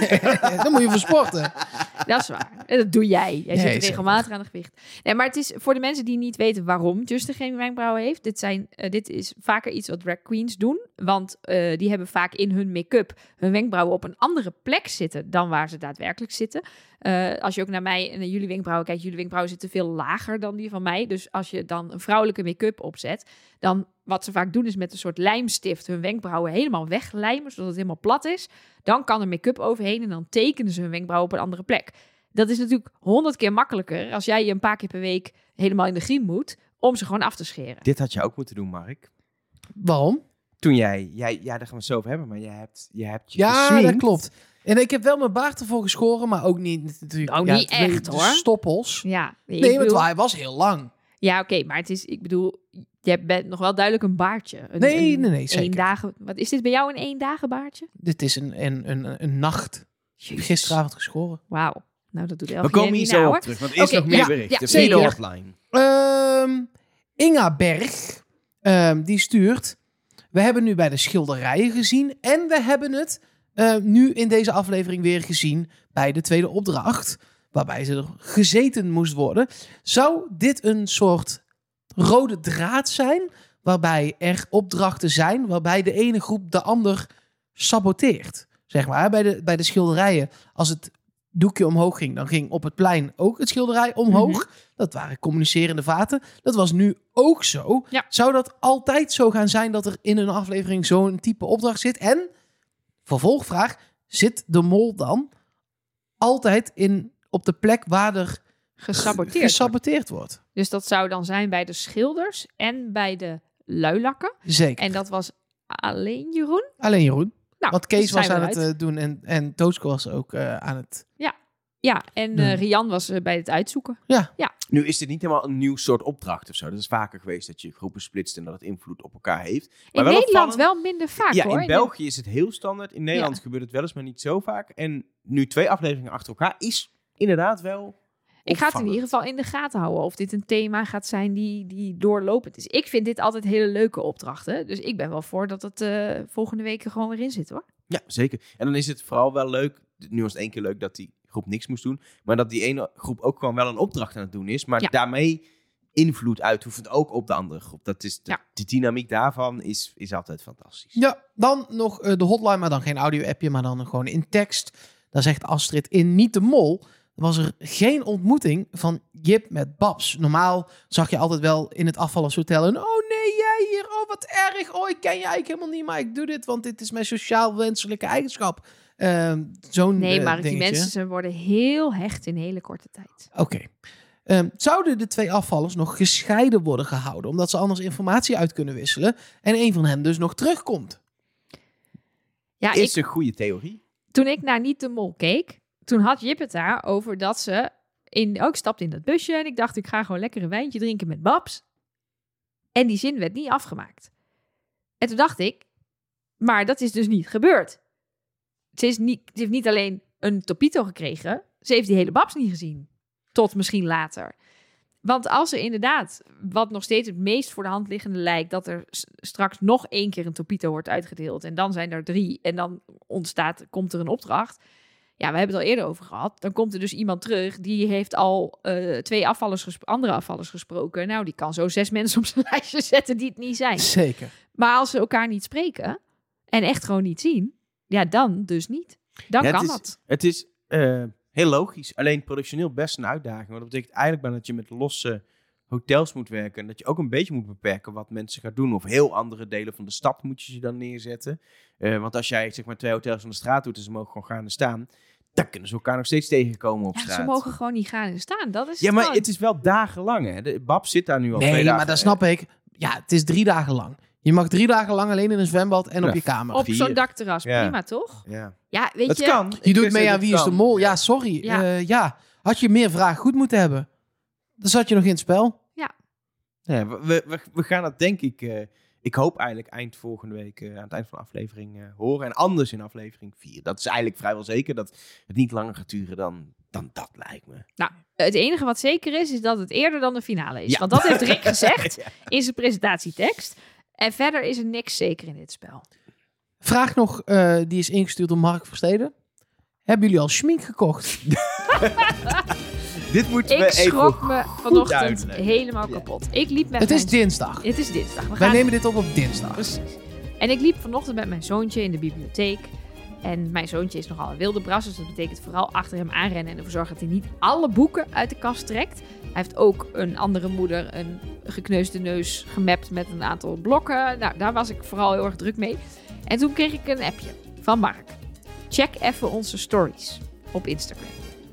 Dan moet je voor sporten. dat is waar. En dat doe jij. Jij Nee, zit zeker. regelmatig aan het gewicht. Nee, maar het is voor de mensen die niet weten waarom Justin geen wenkbrauwen heeft. Dit, zijn, uh, dit is vaker iets wat drag queens doen. Want uh, die hebben vaak in hun make-up hun wenkbrauwen op een andere plek zitten dan waar ze daadwerkelijk zitten. Uh, als je ook naar mij en naar jullie wenkbrauwen kijkt, jullie wenkbrauwen zitten veel lager dan die van mij. Dus als je dan een vrouwelijke make-up opzet, dan wat ze vaak doen is met een soort lijmstift hun wenkbrauwen helemaal weglijmen, zodat het helemaal plat is. Dan kan er make-up overheen en dan tekenen ze hun wenkbrauwen op een andere plek. Dat is natuurlijk honderd keer makkelijker als jij je een paar keer per week helemaal in de griem moet om ze gewoon af te scheren. Dit had je ook moeten doen, Mark. Waarom? Toen jij, jij ja, daar gaan we het zo over hebben, maar jij hebt, jij hebt je Ja, gesminkt. dat klopt. En ik heb wel mijn baard ervoor geschoren, maar ook niet natuurlijk. Nou, ja, niet het- echt, de hoor. Stoppels. Ja, nee, Nee, ik want bedoel- hij was heel lang. ja oké, maar het is, ik bedoel, je bent nog wel duidelijk een baardje. Een, Nee, een, nee, nee, één zeker. dagen, wat is dit bij jou een één dagen baardje? Dit is een, een, een, een nacht. Jezus. Gisteravond geschoren. Wauw. Nou, dat doet Elke We komen hier niet zo na, op hoor. terug, want er is Oké, nog meer ja, berichten. ja, Via de zeker. hotline. Ehm Inga Berg, ehm, die stuurt... We hebben nu bij de schilderijen gezien en we hebben het uh, nu in deze aflevering weer gezien bij de tweede opdracht, waarbij ze er gezeten moest worden. Zou dit een soort rode draad zijn, waarbij er opdrachten zijn, waarbij de ene groep de ander saboteert? Zeg maar, bij de, bij de schilderijen, als het doekje omhoog ging, dan ging op het plein ook het schilderij omhoog. Mhm. Dat waren communicerende vaten. Dat was nu ook zo. Ja. Zou dat altijd zo gaan zijn dat er in een aflevering zo'n type opdracht zit? En, vervolgvraag, zit de mol dan altijd in, op de plek waar er Gesaboteerd. ge- gesaboteerd wordt? Dus dat zou dan zijn bij de schilders en bij de luilakken. Zeker. En dat was alleen Jeroen? Alleen Jeroen. Nou, Want Kees dus zijn was we aan het eruit. uh, doen en, en Tooske was ook uh, aan het... Ja, en doen. uh, Rian was uh, bij het uitzoeken. Ja. Ja, Nu is dit niet helemaal een nieuw soort opdracht of zo. Dat is vaker geweest dat je groepen splitst en dat het invloed op elkaar heeft. Maar In wel Nederland opvallend- wel minder vaak, ja, hoor. in België is het heel standaard. In Nederland Ja. gebeurt het wel eens, maar niet zo vaak. En nu twee afleveringen achter elkaar is inderdaad wel Ik ga het in opvallend. ieder geval in de gaten houden of dit een thema gaat zijn die, die doorlopend is. Ik vind dit altijd hele leuke opdrachten. Dus ik ben wel voor dat het uh, volgende week er gewoon weer in zit, hoor. Ja, zeker. En dan is het vooral wel leuk. Nu was het één keer leuk dat die groep niks moest doen. Maar dat die ene groep ook gewoon wel een opdracht aan het doen is. Maar Ja. daarmee invloed uitoefent ook op de andere groep. Dat is de, Ja. de dynamiek daarvan is, is altijd fantastisch. Ja, dan nog uh, de hotline, maar dan geen audio-appje, maar dan gewoon in tekst. Dan zegt Astrid in Niet de Mol was er geen ontmoeting van Jip met Babs. Normaal zag je altijd wel in het afvallershotel een oh nee, jij hier, oh wat erg, oh ik ken je eigenlijk helemaal niet, maar ik doe dit, want dit is mijn sociaal wenselijke eigenschap. Uh, zo'n Nee, uh, maar die dingetje. mensen ze worden heel hecht in hele korte tijd. Oké. Okay. Um, zouden de twee afvallers nog gescheiden worden gehouden, omdat ze anders informatie uit kunnen wisselen en een van hen dus nog terugkomt? Ja, is ik, een goede theorie. toen ik naar Niet de Mol keek, toen had Jip het daar over dat ze... In, oh, ik stapte in dat busje en ik dacht, ik ga gewoon lekker een wijntje drinken met Babs. En die zin werd niet afgemaakt. En toen dacht ik, maar dat is dus niet gebeurd. Ze, is niet, ze heeft niet alleen een topito gekregen, ze heeft die hele Babs niet gezien. Tot misschien later. Want als er inderdaad, wat nog steeds het meest voor de hand liggende lijkt, dat er s- straks nog één keer een topito wordt uitgedeeld en dan zijn er drie en dan ontstaat, komt er een opdracht. Ja, we hebben het al eerder over gehad. Dan komt er dus iemand terug, die heeft al uh, twee afvallers gesp- andere afvallers gesproken. Nou, die kan zo zes mensen op zijn lijstje zetten die het niet zijn. Zeker. Maar als ze elkaar niet spreken en echt gewoon niet zien, ja, dan dus niet. Dan Ja, kan het is, dat. Het is uh, heel logisch. Alleen productioneel best een uitdaging. Want dat betekent eigenlijk bijna dat je met losse hotels moet werken. En dat je ook een beetje moet beperken wat mensen gaan doen. Of heel andere delen van de stad moet je ze dan neerzetten. Uh, want als jij zeg maar twee hotels van de straat doet en ze mogen gewoon gaan en staan, dan kunnen ze elkaar nog steeds tegenkomen op Ja, straat. ze mogen gewoon niet gaan en staan. Dat is Ja, maar gewoon... het is wel dagenlang, hè. De Bab zit daar nu al twee Nee, dagen. maar dat snap ik. Ja, het is drie dagen lang. Je mag drie dagen lang alleen in een zwembad en Ja, op je kamer. Op vier. zo'n dakterras, Ja. prima toch? Ja. Ja, weet Het je... kan. Je Ik doet wist mee dat aan het Wie is de kan. Mol. Ja, sorry. Ja. Ja. Uh, ja, had je meer vragen goed moeten hebben. Dan zat je nog in het spel. Ja, we, we, we gaan dat denk ik... Uh, ik hoop eigenlijk eind volgende week uh, aan het eind van de aflevering uh, horen. En anders in aflevering vier. Dat is eigenlijk vrijwel zeker dat het niet langer gaat duren dan, dan dat lijkt me. Nou, het enige wat zeker is, is dat het eerder dan de finale is. Ja. Want dat heeft Rick gezegd Ja. in zijn presentatietekst. En verder is er niks zeker in dit spel. Vraag nog, uh, die is ingestuurd door Mark Versteden. Hebben jullie al schmink gekocht? Dit moeten we Ik even schrok me vanochtend uitleggen. helemaal Ja. kapot. Ik liep met Het is mijn... dinsdag. Het is dinsdag. We Wij gaan... nemen dit op op dinsdag. Precies. En ik liep vanochtend met mijn zoontje in de bibliotheek. En mijn zoontje is nogal een wilde bras. Dus dat betekent vooral achter hem aanrennen en ervoor zorgen dat hij niet alle boeken uit de kast trekt. Hij heeft ook een andere moeder een gekneusde neus gemapt met een aantal blokken. Nou, daar was ik vooral heel erg druk mee. En toen kreeg ik een appje van Mark. Check even onze stories op Instagram.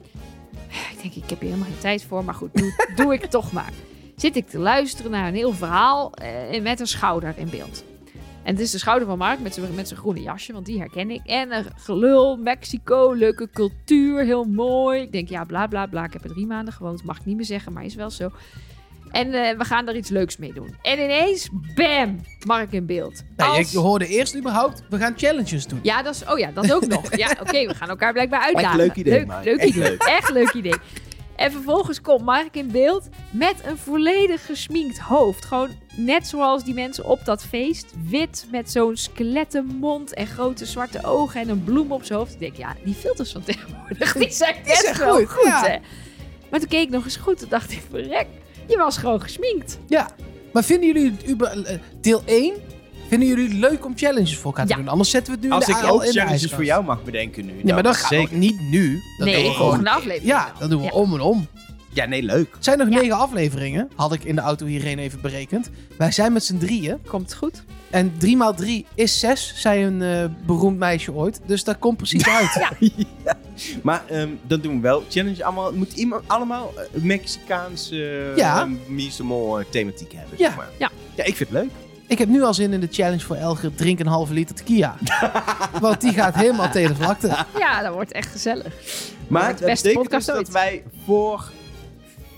Ik denk, ik heb hier helemaal geen tijd voor. Maar goed, doe, doe ik toch maar. Zit ik te luisteren naar een heel verhaal eh, met een schouder in beeld. En het is de schouder van Mark met zijn, met zijn groene jasje, want die herken ik. En een gelul, Mexico, leuke cultuur, heel mooi. Ik denk, ja, bla bla bla. Ik heb er drie maanden gewoond, mag ik niet meer zeggen, maar is wel zo. En uh, we gaan er iets leuks mee doen. En ineens, bam, Mark in beeld. Nee, Als... je hoorde eerst überhaupt, we gaan challenges doen. Ja, dat is, oh ja, dat ook nog. Ja, oké, okay, we gaan elkaar blijkbaar uitdagen. Echt leuk idee, leuk, Mark. leuk Echt idee. leuk. Echt leuk idee. En vervolgens komt Mark in beeld met een volledig gesminkt hoofd. Gewoon net zoals die mensen op dat feest. Wit met zo'n skelettenmond en grote zwarte ogen en een bloem op zijn hoofd. Ik denk, ja, die filters van tegenwoordig, die zijn Die best zijn wel goed, goed, ja. hè. Maar toen keek ik nog eens goed en dacht ik, verrek, je was gewoon gesminkt. Ja, maar vinden jullie het uber, uh, deel één, vinden jullie het leuk om challenges voor elkaar te Ja. doen? Anders zetten we het nu Als in ik de, al ook in de challenges ijskast. voor jou mag bedenken nu. Nee, maar dat is gaat ook niet nu. Dat Nee, doen we de gewoon. volgende aflevering. Ja, dat doen we Ja. om en om. Ja, nee, leuk. Het zijn nog Ja. negen afleveringen, had ik in de auto hierheen even berekend. Wij zijn met z'n drieën. Komt het goed? En drie maal drie is zes, zei een uh, beroemd meisje ooit. Dus dat komt precies uit. Ja. Ja. Maar um, dan doen we wel challenge allemaal. Moet iemand allemaal uh, Mexicaanse uh, Ja. uh, thematiek hebben. Ja. Zeg maar. Ja. Ja, ik vind het leuk. Ik heb nu al zin in de challenge voor Elger. Drink een halve liter tequila. Want die gaat helemaal tegen de vlakte. Ja, dat wordt echt gezellijk. Maar het dat beste betekent podcast dus ooit. dat wij voor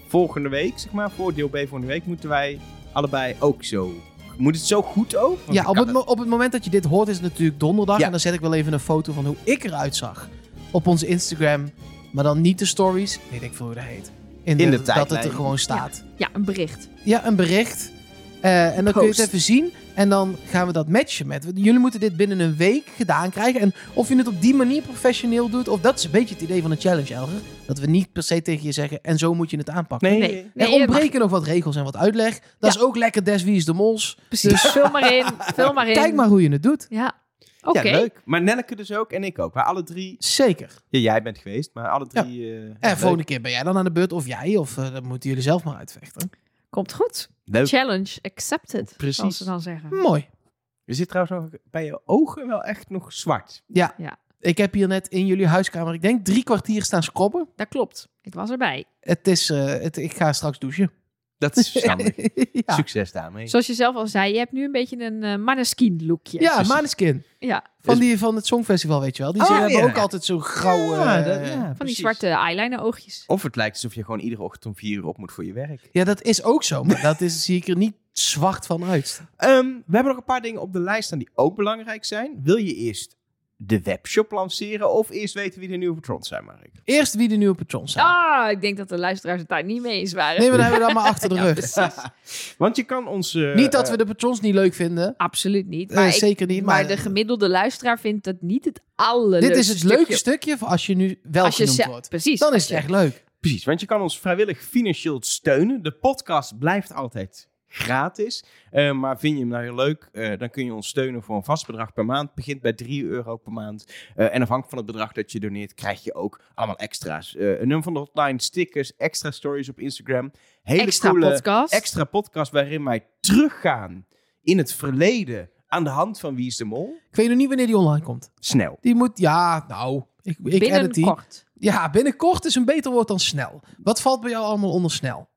volgende week, zeg maar, voor deel B volgende week, moeten wij allebei ook zo... Moet het zo goed ook? Want Ja, ik op kan het, mo- op het moment dat je dit hoort is het natuurlijk donderdag. Ja. En dan zet ik wel even een foto van hoe ik eruit zag. Op onze Instagram. Maar dan niet de stories. Weet ik veel hoe dat heet. In, In de dat het tijdlijn. er gewoon staat. Ja, een bericht. Ja, een bericht. Eh, en dan kun je het Post. even zien. En dan gaan we dat matchen met... Jullie moeten dit binnen een week gedaan krijgen. En of je het op die manier professioneel doet... Of dat is een beetje het idee van een challenge, Elger. Dat we niet per se tegen je zeggen... En zo moet je het aanpakken. Nee, Nee. nee. Er Nee, je ontbreken nog wat regels en wat uitleg. Dat Ja. is ook lekker des wie is de mols. Precies. Vul maar in. Vul maar in. Kijk maar hoe je het doet. Ja. Oké. Ja, leuk. Maar Nelleke dus ook en ik ook. Maar alle drie... Zeker. Ja, jij bent geweest, maar alle drie... eh, En leuk. volgende keer ben jij dan aan de beurt of jij. Of uh, dat moeten jullie zelf maar uitvechten. Komt goed. Leuk. Challenge accepted. Precies. Zoals ze dan zeggen. Mooi. Je zit trouwens nog bij je ogen wel echt nog zwart. Ja. Ja. Ik heb hier net in jullie huiskamer, ik denk drie kwartier staan scrobben. Dat klopt. Ik was erbij. Het is, uh, het, ik ga straks douchen. Dat is verstandig. ja, Succes daarmee. Zoals je zelf al zei, je hebt nu een beetje een uh, Maneskin lookje. ja precies. Maneskin. Ja. Van, Dus- die, van het Songfestival, weet je wel. Die Oh, ze hebben ja. ook altijd zo'n grauwe... Ja, Ja, dat- ja, Van die precies. zwarte eyeliner oogjes. Of het lijkt alsof je gewoon iedere ochtend om vier uur op moet voor je werk. ja, dat is ook zo. Maar dat is, zie ik er niet zwart van uit. Ehm, we hebben nog een paar dingen op de lijst staan die ook belangrijk zijn. Wil je eerst de webshop lanceren of eerst weten wie de nieuwe patrons zijn, Mark? Eerst wie de nieuwe patrons zijn. Ah, ik denk dat de luisteraars het daar niet mee eens waren. Nee, maar dan hebben we dat maar achter de rug. Want je kan ons... eh, Niet dat we eh, de patrons niet leuk vinden. Absoluut niet. Eh, Maar, ik- zeker niet. maar Maar, de gemiddelde luisteraar vindt dat niet het allerleukste dit is het leuke stukje. stukje voor als je nu wel Als je genoemd ze- wordt. Precies. Dan is Als het je- echt leuk. Precies, want je kan ons vrijwillig financieel steunen. De podcast blijft altijd gratis. Uh, maar vind je hem nou heel leuk, uh, dan kun je ons steunen voor een vast bedrag per maand. Begint bij drie euro per maand. Uh, en afhankelijk van het bedrag dat je doneert, krijg je ook allemaal extra's. Uh, een nummer van de hotline, stickers, extra stories op Instagram. Hele Extra coole podcast. extra podcast waarin wij teruggaan in het verleden aan de hand van Wie is de Mol. Ik weet nog niet wanneer die online komt. Snel. Die moet, ja, nou, ik, ik edit die. Binnenkort. Ja, binnenkort is een beter woord dan snel. Wat valt bij jou allemaal onder snel?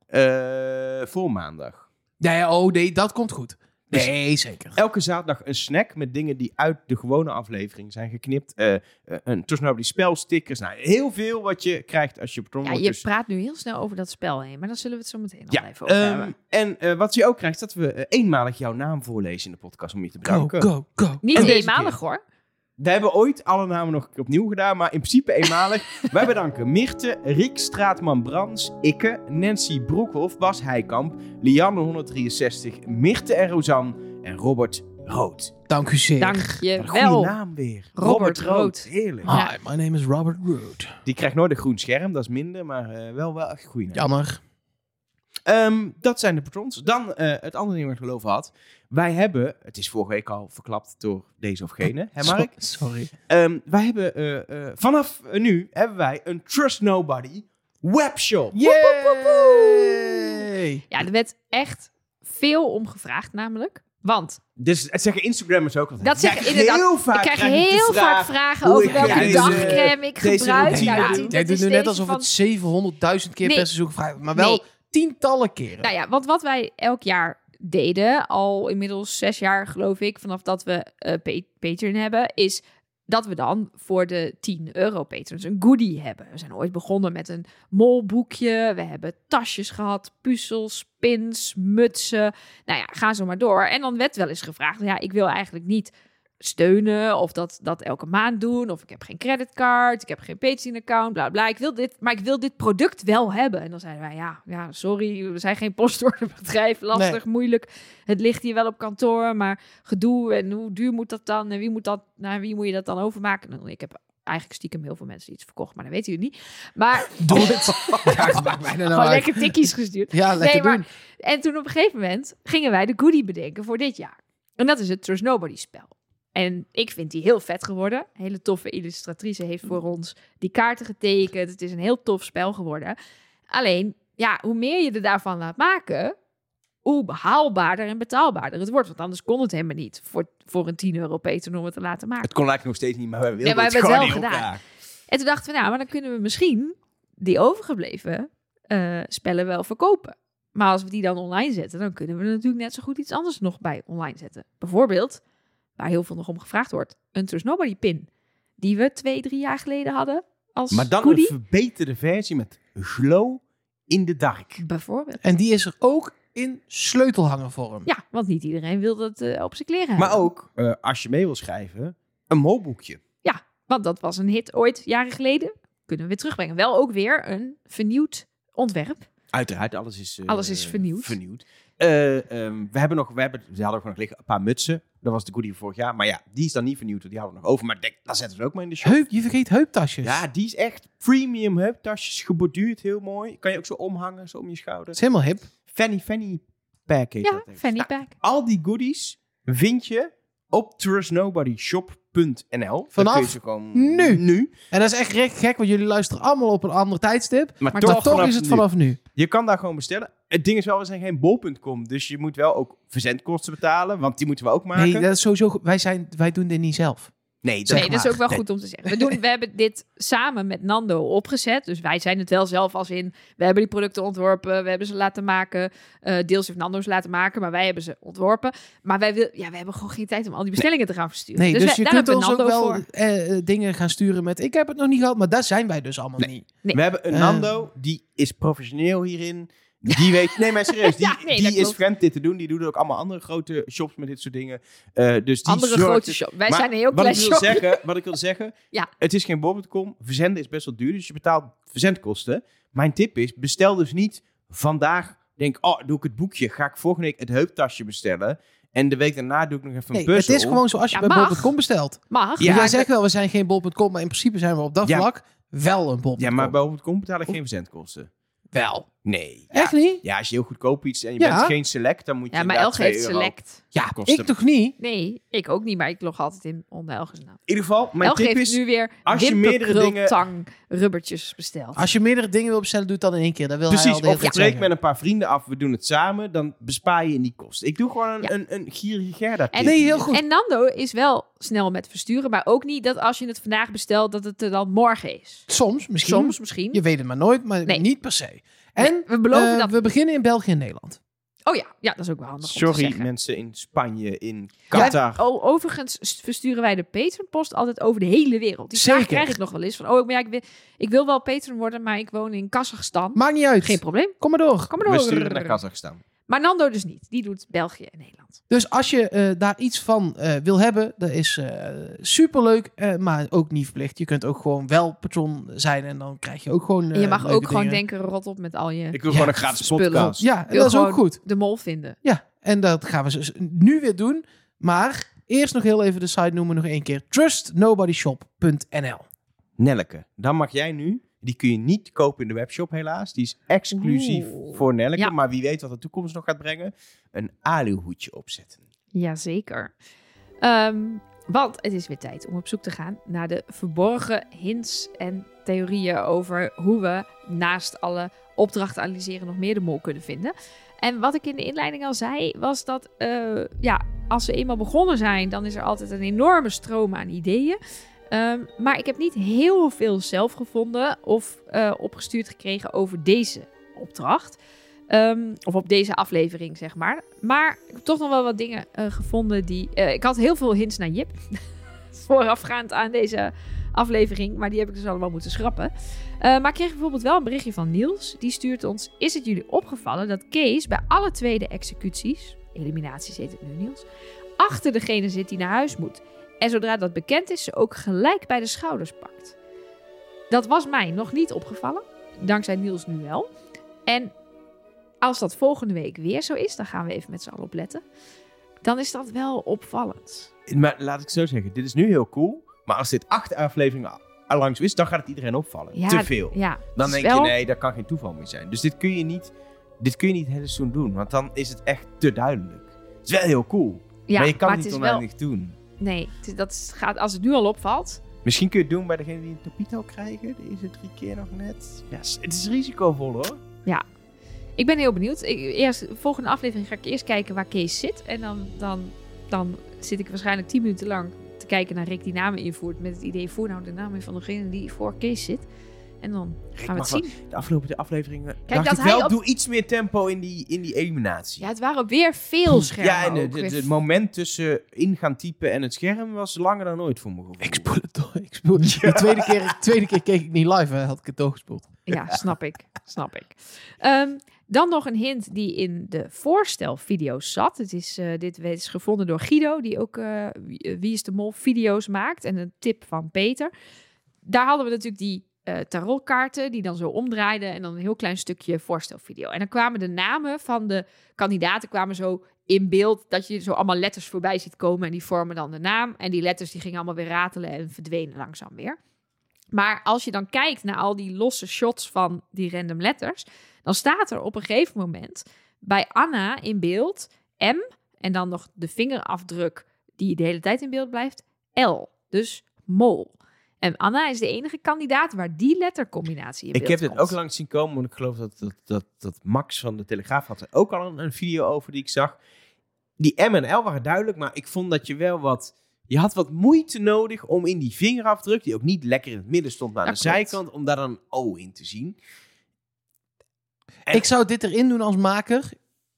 Uh, voor maandag. Nee, oh nee, dat komt goed. Nee, zeker. Elke zaterdag een snack met dingen die uit de gewone aflevering zijn geknipt. Uh, uh, een tussendoor die spelstickers. Nou, heel veel wat je krijgt als je patron Ja, wordt. je Dus- praat nu heel snel over dat spel heen, maar daar zullen we het zo meteen nog Ja, even over um, hebben. en uh, wat je ook krijgt, dat we uh, eenmalig jouw naam voorlezen in de podcast om je te Go, bedanken. go, go. Niet en deze eenmalig keer. hoor. We hebben ooit alle namen nog een keer opnieuw gedaan, maar in principe eenmalig. Wij bedanken Mirte, Riek Straatman-Brands, Ikke, Nancy Broekhoff, Bas Heikamp, Lianne honderdrieënzestig, Mirte en Rosanne en Robert Rood. Dank u zeer. Dank je Wat een goede wel. naam weer. Robert Rood. Heerlijk. Hi, my name is Robert Root. Die krijgt nooit een groen scherm, dat is minder, maar uh, wel wel echt een goede naam. Jammer. Um, dat zijn de patrons. Dan uh, het andere ding waar ik het over had. Wij hebben, het is vorige week al verklapt door deze of gene, hè Mark? So- sorry. Um, wij hebben, uh, uh, vanaf nu hebben wij een Trust Nobody webshop. Yay! Ja, er werd echt veel om gevraagd namelijk. Want Dus het zeggen Instagrammers ook altijd. dat zeggen Ja, inderdaad. Heel vaak ik krijg krijg ik de heel vraag vaak vragen hoe over ik welke deze- dagcreme ik deze gebruik. routine Nou ja, doe. dat Jij is doet nu net deze alsof van- het zevenhonderdduizend keer Nee. per seizoen gevraagd wordt. Maar wel Nee. tientallen keren. Nou ja, want wat wij elk jaar deden, al inmiddels zes jaar geloof ik, vanaf dat we uh, pa- Patreon hebben, is dat we dan voor de tien euro patrons een goodie hebben. We zijn ooit begonnen met een molboekje. We hebben tasjes gehad, puzzels, pins, mutsen. Nou ja, ga zo maar door. En dan werd wel eens gevraagd, ja, ik wil eigenlijk niet steunen of dat, dat elke maand doen. Of ik heb geen creditcard, ik heb geen Patreon-account, bla bla. Ik wil dit, maar ik wil dit product wel hebben. En dan zeiden wij, ja, ja sorry, we zijn geen postorderbedrijf. Lastig, moeilijk. Het ligt hier wel op kantoor, maar gedoe en hoe duur moet dat dan? En wie moet dat, naar wie moet je dat dan overmaken? Nou, ik heb eigenlijk stiekem heel veel mensen iets verkocht, maar dat weten jullie niet. Maar Doe het. Ja, het maakt mij nou gewoon uit. lekker tikkies gestuurd. Ja, lekker Nee, doen. maar- En toen op een gegeven moment gingen wij de goodie bedenken voor dit jaar. En dat is het Trust Nobody spel. En ik vind die heel vet geworden. Een hele toffe illustratrice heeft voor ons die kaarten getekend. Het is een heel tof spel geworden. Alleen, ja, hoe meer je er daarvan laat maken, hoe behaalbaarder en betaalbaarder het wordt. Want anders kon het helemaal niet voor, voor een tien euro Patreon om het te laten maken. Het kon eigenlijk nog steeds niet, maar wij wilden Ja, maar het we hebben gewoon het heel wel gedaan. graag. En toen dachten we, nou, maar dan kunnen we misschien die overgebleven eh, spellen wel verkopen. Maar als we die dan online zetten, dan kunnen we er natuurlijk net zo goed iets anders nog bij online zetten. Bijvoorbeeld, waar heel veel nog om gevraagd wordt, een Trust Nobody pin. Die we twee, drie jaar geleden hadden als Maar dan goodie. een verbeterde versie met glow in the dark. Bijvoorbeeld. En die is er ook in sleutelhangervorm. Ja, want niet iedereen wil dat uh, op zijn kleren Maar hebben. ook, uh, als je mee wil schrijven, een molboekje. Ja, want dat was een hit ooit, jaren geleden. Kunnen we weer terugbrengen. Wel ook weer een vernieuwd ontwerp. Uiteraard, alles is, uh, Alles is vernieuwd. vernieuwd. Uh, um, we hebben nog, we hebben, we hadden nog liggen een paar mutsen. Dat was de goodie van vorig jaar. Maar ja, die is dan niet vernieuwd, want die hadden we nog over. Maar denk, dan zetten we ook maar in de shop. Heup, je vergeet heuptasjes. Ja, die is echt premium heuptasjes, geborduurd, heel mooi. Kan je ook zo omhangen, zo om je schouder. Dat is helemaal hip. Fanny Fanny Pack heet Ja, dat. even. fanny Nou, pack. al die goodies vind je op trust nobody shop punt n l. Dan Vanaf kun je ze gewoon nu. nu. En dat is echt recht gek, want jullie luisteren allemaal op een ander tijdstip. Maar, Maar toch, Maar toch vanaf is het nu. vanaf nu. Je kan daar gewoon bestellen. Het ding is wel, we zijn geen bol punt com. Dus je moet wel ook verzendkosten betalen. Want die moeten we ook maken. Nee, dat is sowieso. goed. Wij, zijn, wij doen dit niet zelf. Nee, dat, Zeg Nee, dat is maar. ook wel Nee. goed om te zeggen. We, doen, we hebben dit samen met Nando opgezet. Dus wij zijn het wel zelf als in... We hebben die producten ontworpen. We hebben ze laten maken. Uh, deels heeft Nando ze laten maken. Maar wij hebben ze ontworpen. Maar wij, wil, ja, wij hebben gewoon geen tijd om al die bestellingen te gaan versturen. Nee, dus, wij- je daar kunt hebben we ons ook Nando wel voor. eh, eh, dingen gaan sturen met... Ik heb het nog niet gehad, maar daar zijn wij dus allemaal Nee. niet. Nee. We hebben een Eh. Nando, die is professioneel hierin. Die weet... Nee, maar serieus. Die, Ja, nee, die dat is klopt. gewend dit te doen. Die doen ook allemaal andere grote shops met dit soort dingen. Uh, dus die Andere zorgt- grote shop. Wij Maar zijn een heel wat klein ik wil shop. zeggen, Wat ik wil zeggen, Ja. het is geen bol punt com. Verzenden is best wel duur, dus je betaalt verzendkosten. Mijn tip is, bestel dus niet vandaag, denk, oh, doe ik het boekje. Ga ik volgende week het heuptasje bestellen. En de week daarna doe ik nog even een Nee, puzzel. het is gewoon zoals je Ja, bij mag. bol punt com bestelt. Mag. Ja, jij ik- zegt wel, we zijn geen bol punt com, maar in principe zijn we op dat Ja. vlak wel een bol punt com. Ja, maar bij bol punt com betaal ik geen verzendkosten. Wel. Nee. Echt ja. niet? Ja, als je heel goedkoop iets en je Ja. bent geen select, dan moet je Ja, maar inderdaad Elge heeft twee euro. Select. Ja, kosten. ik toch niet? Nee, ik ook niet. Maar ik log altijd in onder Elge's naam. In ieder geval, mijn Elge tip heeft is, nu weer als je meerdere dingen- tang rubbertjes besteld. Als je meerdere dingen wil bestellen, doe het dan in één keer. Dat wil hij al precies, de hele of tijd spreek zeggen. met een paar vrienden af, we doen het samen, dan bespaar je in die kosten. Ik doe gewoon een, Ja. een, een gierige Gerda En- tip. Nee, heel goed. En Nando is wel snel met versturen, maar ook niet dat als je het vandaag bestelt, dat het er dan morgen is. Soms, misschien. Soms misschien. Je weet het maar nooit, maar Nee. niet per se. En Nee, we beloven eh, dat. we beginnen in België en Nederland. Oh ja, ja, dat is ook wel handig om te Sorry zeggen. mensen in Spanje, in Ja, Qatar. oh, overigens st- versturen wij de Patreon-post altijd over de hele wereld. Die vraag Zeker. krijg ik nog wel eens. Van, oh, maar ja, ik, wil, ik wil wel Patreon worden, maar ik woon in Kazachstan. Maakt niet uit. Geen probleem. Kom maar door. Kom maar door. We sturen naar Kazachstan. Maar Nando dus niet. Die doet België en Nederland. Dus als je eh, daar iets van eh, wil hebben, dat is eh superleuk, eh, maar ook niet verplicht. Je kunt ook gewoon wel patron zijn en dan krijg je ook gewoon En je eh, mag leuke ook gewoon dingen. denken, rot op met al je Ik wil Ja, gewoon een gratis spullen. podcast. Ja, en wil dat is ook gewoon goed. de mol vinden. Ja, en dat gaan we dus nu weer doen. Maar eerst nog heel even de site noemen nog één keer. trust nobody shop punt n l. Nelleke, dan mag jij nu. Die kun je niet kopen in de webshop helaas. Die is exclusief Oeh. voor Nelleke. Ja. Maar wie weet wat de toekomst nog gaat brengen. Een aluhoedje opzetten. Jazeker. Ehm want het is weer tijd om op zoek te gaan naar de verborgen hints en theorieën over hoe we naast alle opdrachten analyseren nog meer de mol kunnen vinden. En wat ik in de inleiding al zei, was dat eh, ja, als we eenmaal begonnen zijn, dan is er altijd een enorme stroom aan ideeën. Ehm, maar ik heb niet heel veel zelf gevonden of eh, opgestuurd gekregen over deze opdracht. Um, of op deze aflevering, zeg maar. Maar ik heb toch nog wel wat dingen uh, gevonden die... Uh, ik had heel veel hints naar Jip. Voorafgaand aan deze aflevering. Maar die heb ik dus allemaal moeten schrappen. Uh, maar ik kreeg bijvoorbeeld wel een berichtje van Niels. Die stuurt ons... Is het jullie opgevallen dat Kees bij alle tweede executies... Eliminaties heet het nu, Niels... achter degene zit die naar huis moet. En zodra dat bekend is, ze ook gelijk bij de schouders pakt. Dat was mij nog niet opgevallen. Dankzij Niels nu wel. En... Als dat volgende week weer zo is, dan gaan we even met z'n allen op letten. Dan is dat wel opvallend. Maar laat ik zo zeggen, dit is nu heel cool. Maar als dit acht afleveringen al lang zo is, dan gaat het iedereen opvallen. Ja, Te veel. Ja, Dan het is denk wel- je, nee, dat kan geen toeval meer zijn. Dus dit kun je niet, dit kun je niet het hele seizoen doen. Want dan is het echt te duidelijk. Het is wel heel cool. Ja, maar je kan maar het het niet is wel... oneindig doen. Nee, het is- dat is- gaat, als het nu al opvalt... Misschien kun je het doen bij degene die een topito krijgen. Deze drie keer nog net. Ja, het is risicovol hoor. Ik ben heel benieuwd. Ik, eerst, volgende aflevering ga ik eerst kijken waar Kees zit. En dan, dan, dan zit ik waarschijnlijk tien minuten lang te kijken naar Rick die namen invoert. Met het idee, voer nou de naam in van degene die voor Kees zit. En dan gaan we mag het wel- zien. De afgelopen afleveringen Kijk, dacht dat ik hij wel, op- doe iets meer tempo in die, in die eliminatie. Ja, het waren weer veel schermen. Ja, en de- ook. de- Weer de- het moment tussen in gaan typen en het scherm was langer dan ooit voor me gevoel. Ik spoel het door. Ik spoel... De tweede keer, de tweede keer keek ik niet live, hè, had ik het doorgespoeld. Ja, snap ik. Snap ik. Ehm, dan nog een hint die in de voorstelvideo's zat. Het is, eh, dit is gevonden door Guido, die ook eh, Wie Wie is de Mol video's maakt. En een tip van Peter. Daar hadden we natuurlijk die eh, tarotkaarten die dan zo omdraaiden. En dan een heel klein stukje voorstelvideo. En dan kwamen de namen van de kandidaten kwamen zo in beeld. Dat je zo allemaal letters voorbij ziet komen. En die vormen dan de naam. En die letters die gingen allemaal weer ratelen en verdwenen langzaam weer. Maar als je dan kijkt naar al die losse shots van die random letters, dan staat er op een gegeven moment bij Anna in beeld M en dan nog de vingerafdruk die de hele tijd in beeld blijft, L. Dus mol. En Anna is de enige kandidaat waar die lettercombinatie in Ik beeld heb dit komt. ook langs zien komen, want ik geloof dat, dat, dat, dat Max van de Telegraaf had er ook al een, een video over die ik zag. Die M en L waren duidelijk, maar ik vond dat je wel wat... Je had wat moeite nodig om in die vingerafdruk, die ook niet lekker in het midden stond, maar aan Dat de klopt. zijkant, om daar dan een O in te zien. En- Ik zou dit erin doen als maker.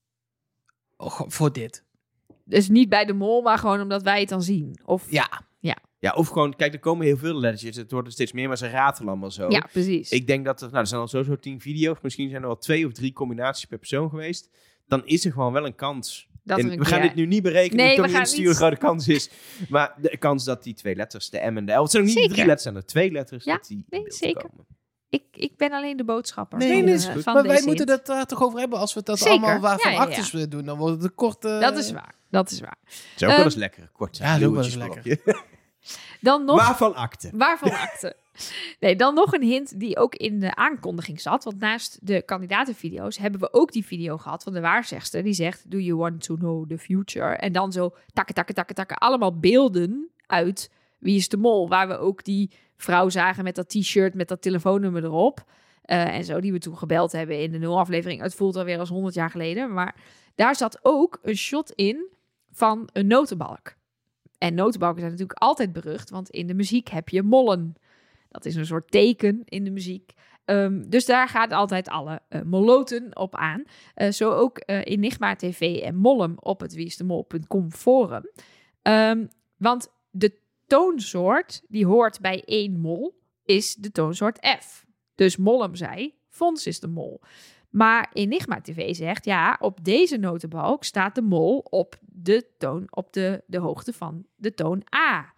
Oh, voor dit. Dus niet bij de mol, maar gewoon omdat wij het dan zien. Of, Ja. Ja, of gewoon, kijk, er komen heel veel lettertjes, het wordt er steeds meer, maar ze ratelen allemaal zo. ja, precies. Ik denk dat er, nou, er zijn al sowieso tien video's, misschien zijn er wel twee of drie combinaties per persoon geweest. Dan is er gewoon wel een kans. dat En er een we gaan keer- dit nu niet berekenen, Nee, ik kan we niet gaan insturen hoe niet- groot de kans is. Maar de kans dat die twee letters, de M en de L, het zijn ook niet Zeker. drie letters, het zijn er twee letters, Ja, dat die in nee, beeld zeker. komen. Ik, ik ben alleen de boodschapper. Nee, van, nee, eh, is goed. van Maar wij deze moeten hint. dat daar toch over hebben. Als we dat Zeker. allemaal waarvan Ja, ja, ja. achters doen, dan wordt het een korte... Dat is waar. Dat is waar. Zou ook wel Ehm, eens lekker, kort zijn. ja, dat is ook wel eens Luweltjesblokje. Dan nog... Waarvan akte? Waarvan akte? Nee, dan nog een hint die ook in de aankondiging zat. Want naast de kandidatenvideo's hebben we ook die video gehad van de waarzegster. Die zegt, do you want to know the future? En dan zo takken, takken, takken, takken. Allemaal beelden uit Wie is de Mol? Waar we ook die vrouw zagen met dat t-shirt met dat telefoonnummer erop. Uh, en zo, die we toen gebeld hebben in de nul aflevering. Het voelt alweer als honderd jaar geleden. Maar daar zat ook een shot in van een notenbalk. En notenbalken zijn natuurlijk altijd berucht, want in de muziek heb je mollen. Dat is een soort teken in de muziek. Um, dus daar gaat altijd alle uh, moloten op aan. Uh, zo ook uh, Enigma T V en Mollem op het wieisdemol punt com forum. Um, want de toonsoort die hoort bij één mol is de toonsoort F. Dus Mollem zei, Fons is de mol. Maar Enigma T V zegt, ja, op deze notenbalk staat de mol op de toon, op de, de hoogte van de toon A.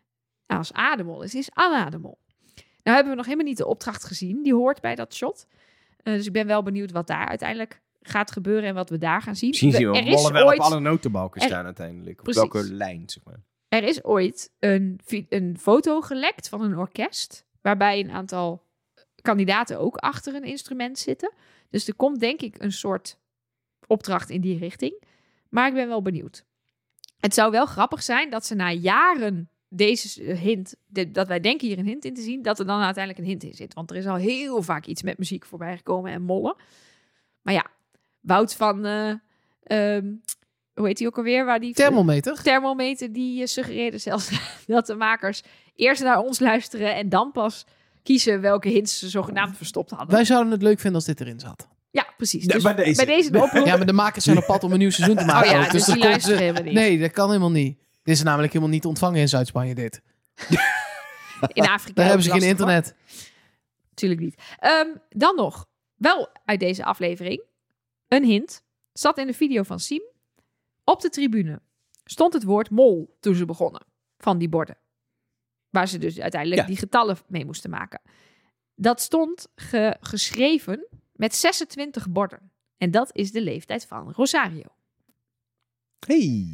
Als A de mol is, is Anna de mol. Nou hebben we nog helemaal niet de opdracht gezien, die hoort bij dat shot. Uh, dus ik ben wel benieuwd wat daar uiteindelijk gaat gebeuren en wat we daar gaan zien. Misschien zien we Er is mollen wel ooit- op alle notenbalken er- staan uiteindelijk. Op Precies. welke lijn, zeg maar. Er is ooit een, vi- een foto gelekt van een orkest, waarbij een aantal kandidaten ook achter een instrument zitten. Dus er komt denk ik een soort opdracht in die richting. Maar ik ben wel benieuwd. Het zou wel grappig zijn dat ze na jaren deze hint, de- dat wij denken hier een hint in te zien, dat er dan uiteindelijk een hint in zit. Want er is al heel vaak iets met muziek voorbij gekomen en mollen. Maar ja, Wout van, uh, um, hoe heet die ook alweer? Waar die Thermometer. Thermometer, die uh, suggereerde zelfs dat de makers eerst naar ons luisteren en dan pas kiezen welke hints ze zogenaamd verstopt hadden. Wij zouden het leuk vinden als dit erin zat. Ja, precies. Ja, Dus bij deze. bij deze de oproep. Ja, maar de makers zijn op pad om een nieuw seizoen te maken. Oh ja, ook. dus dan die komt luisteren ze- helemaal niet. Nee, dat kan helemaal niet. Dit is namelijk helemaal niet ontvangen in Zuid-Spanje, dit. In Afrika. Daar ook hebben ze geen lastig, hoor. internet. Tuurlijk niet. Um, dan nog, wel uit deze aflevering, een hint. Zat in de video van Siem. Op de tribune stond het woord mol toen ze begonnen. Van die borden. Waar ze dus uiteindelijk Ja. die getallen mee moesten maken. Dat stond ge- geschreven met zesentwintig borden. En dat is de leeftijd van Rosario. Hey.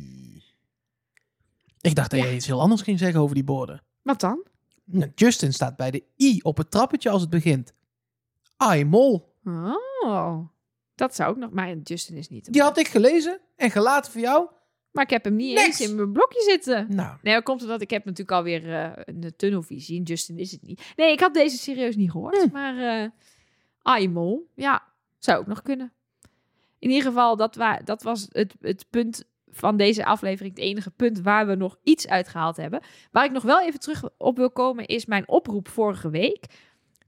Ik dacht dat Ja. je iets heel anders ging zeggen over die borden. Wat dan? Nou, Justin staat bij de I op het trappetje als het begint. Ai, mol. Oh, dat zou ook nog... Maar Justin is niet. Die had ik gelezen en gelaten voor jou. Maar ik heb hem niet Niks. eens in mijn blokje zitten. Nou, Nee, dat komt omdat ik heb natuurlijk alweer uh, een tunnelvisie. En Justin is het niet. Nee, ik had deze serieus niet gehoord. Hm. Maar uh, Aimol, ja, zou ook nog kunnen. In ieder geval, dat, wa- dat was het, het punt van deze aflevering. Het enige punt waar we nog iets uitgehaald hebben. Waar ik nog wel even terug op wil komen is mijn oproep vorige week.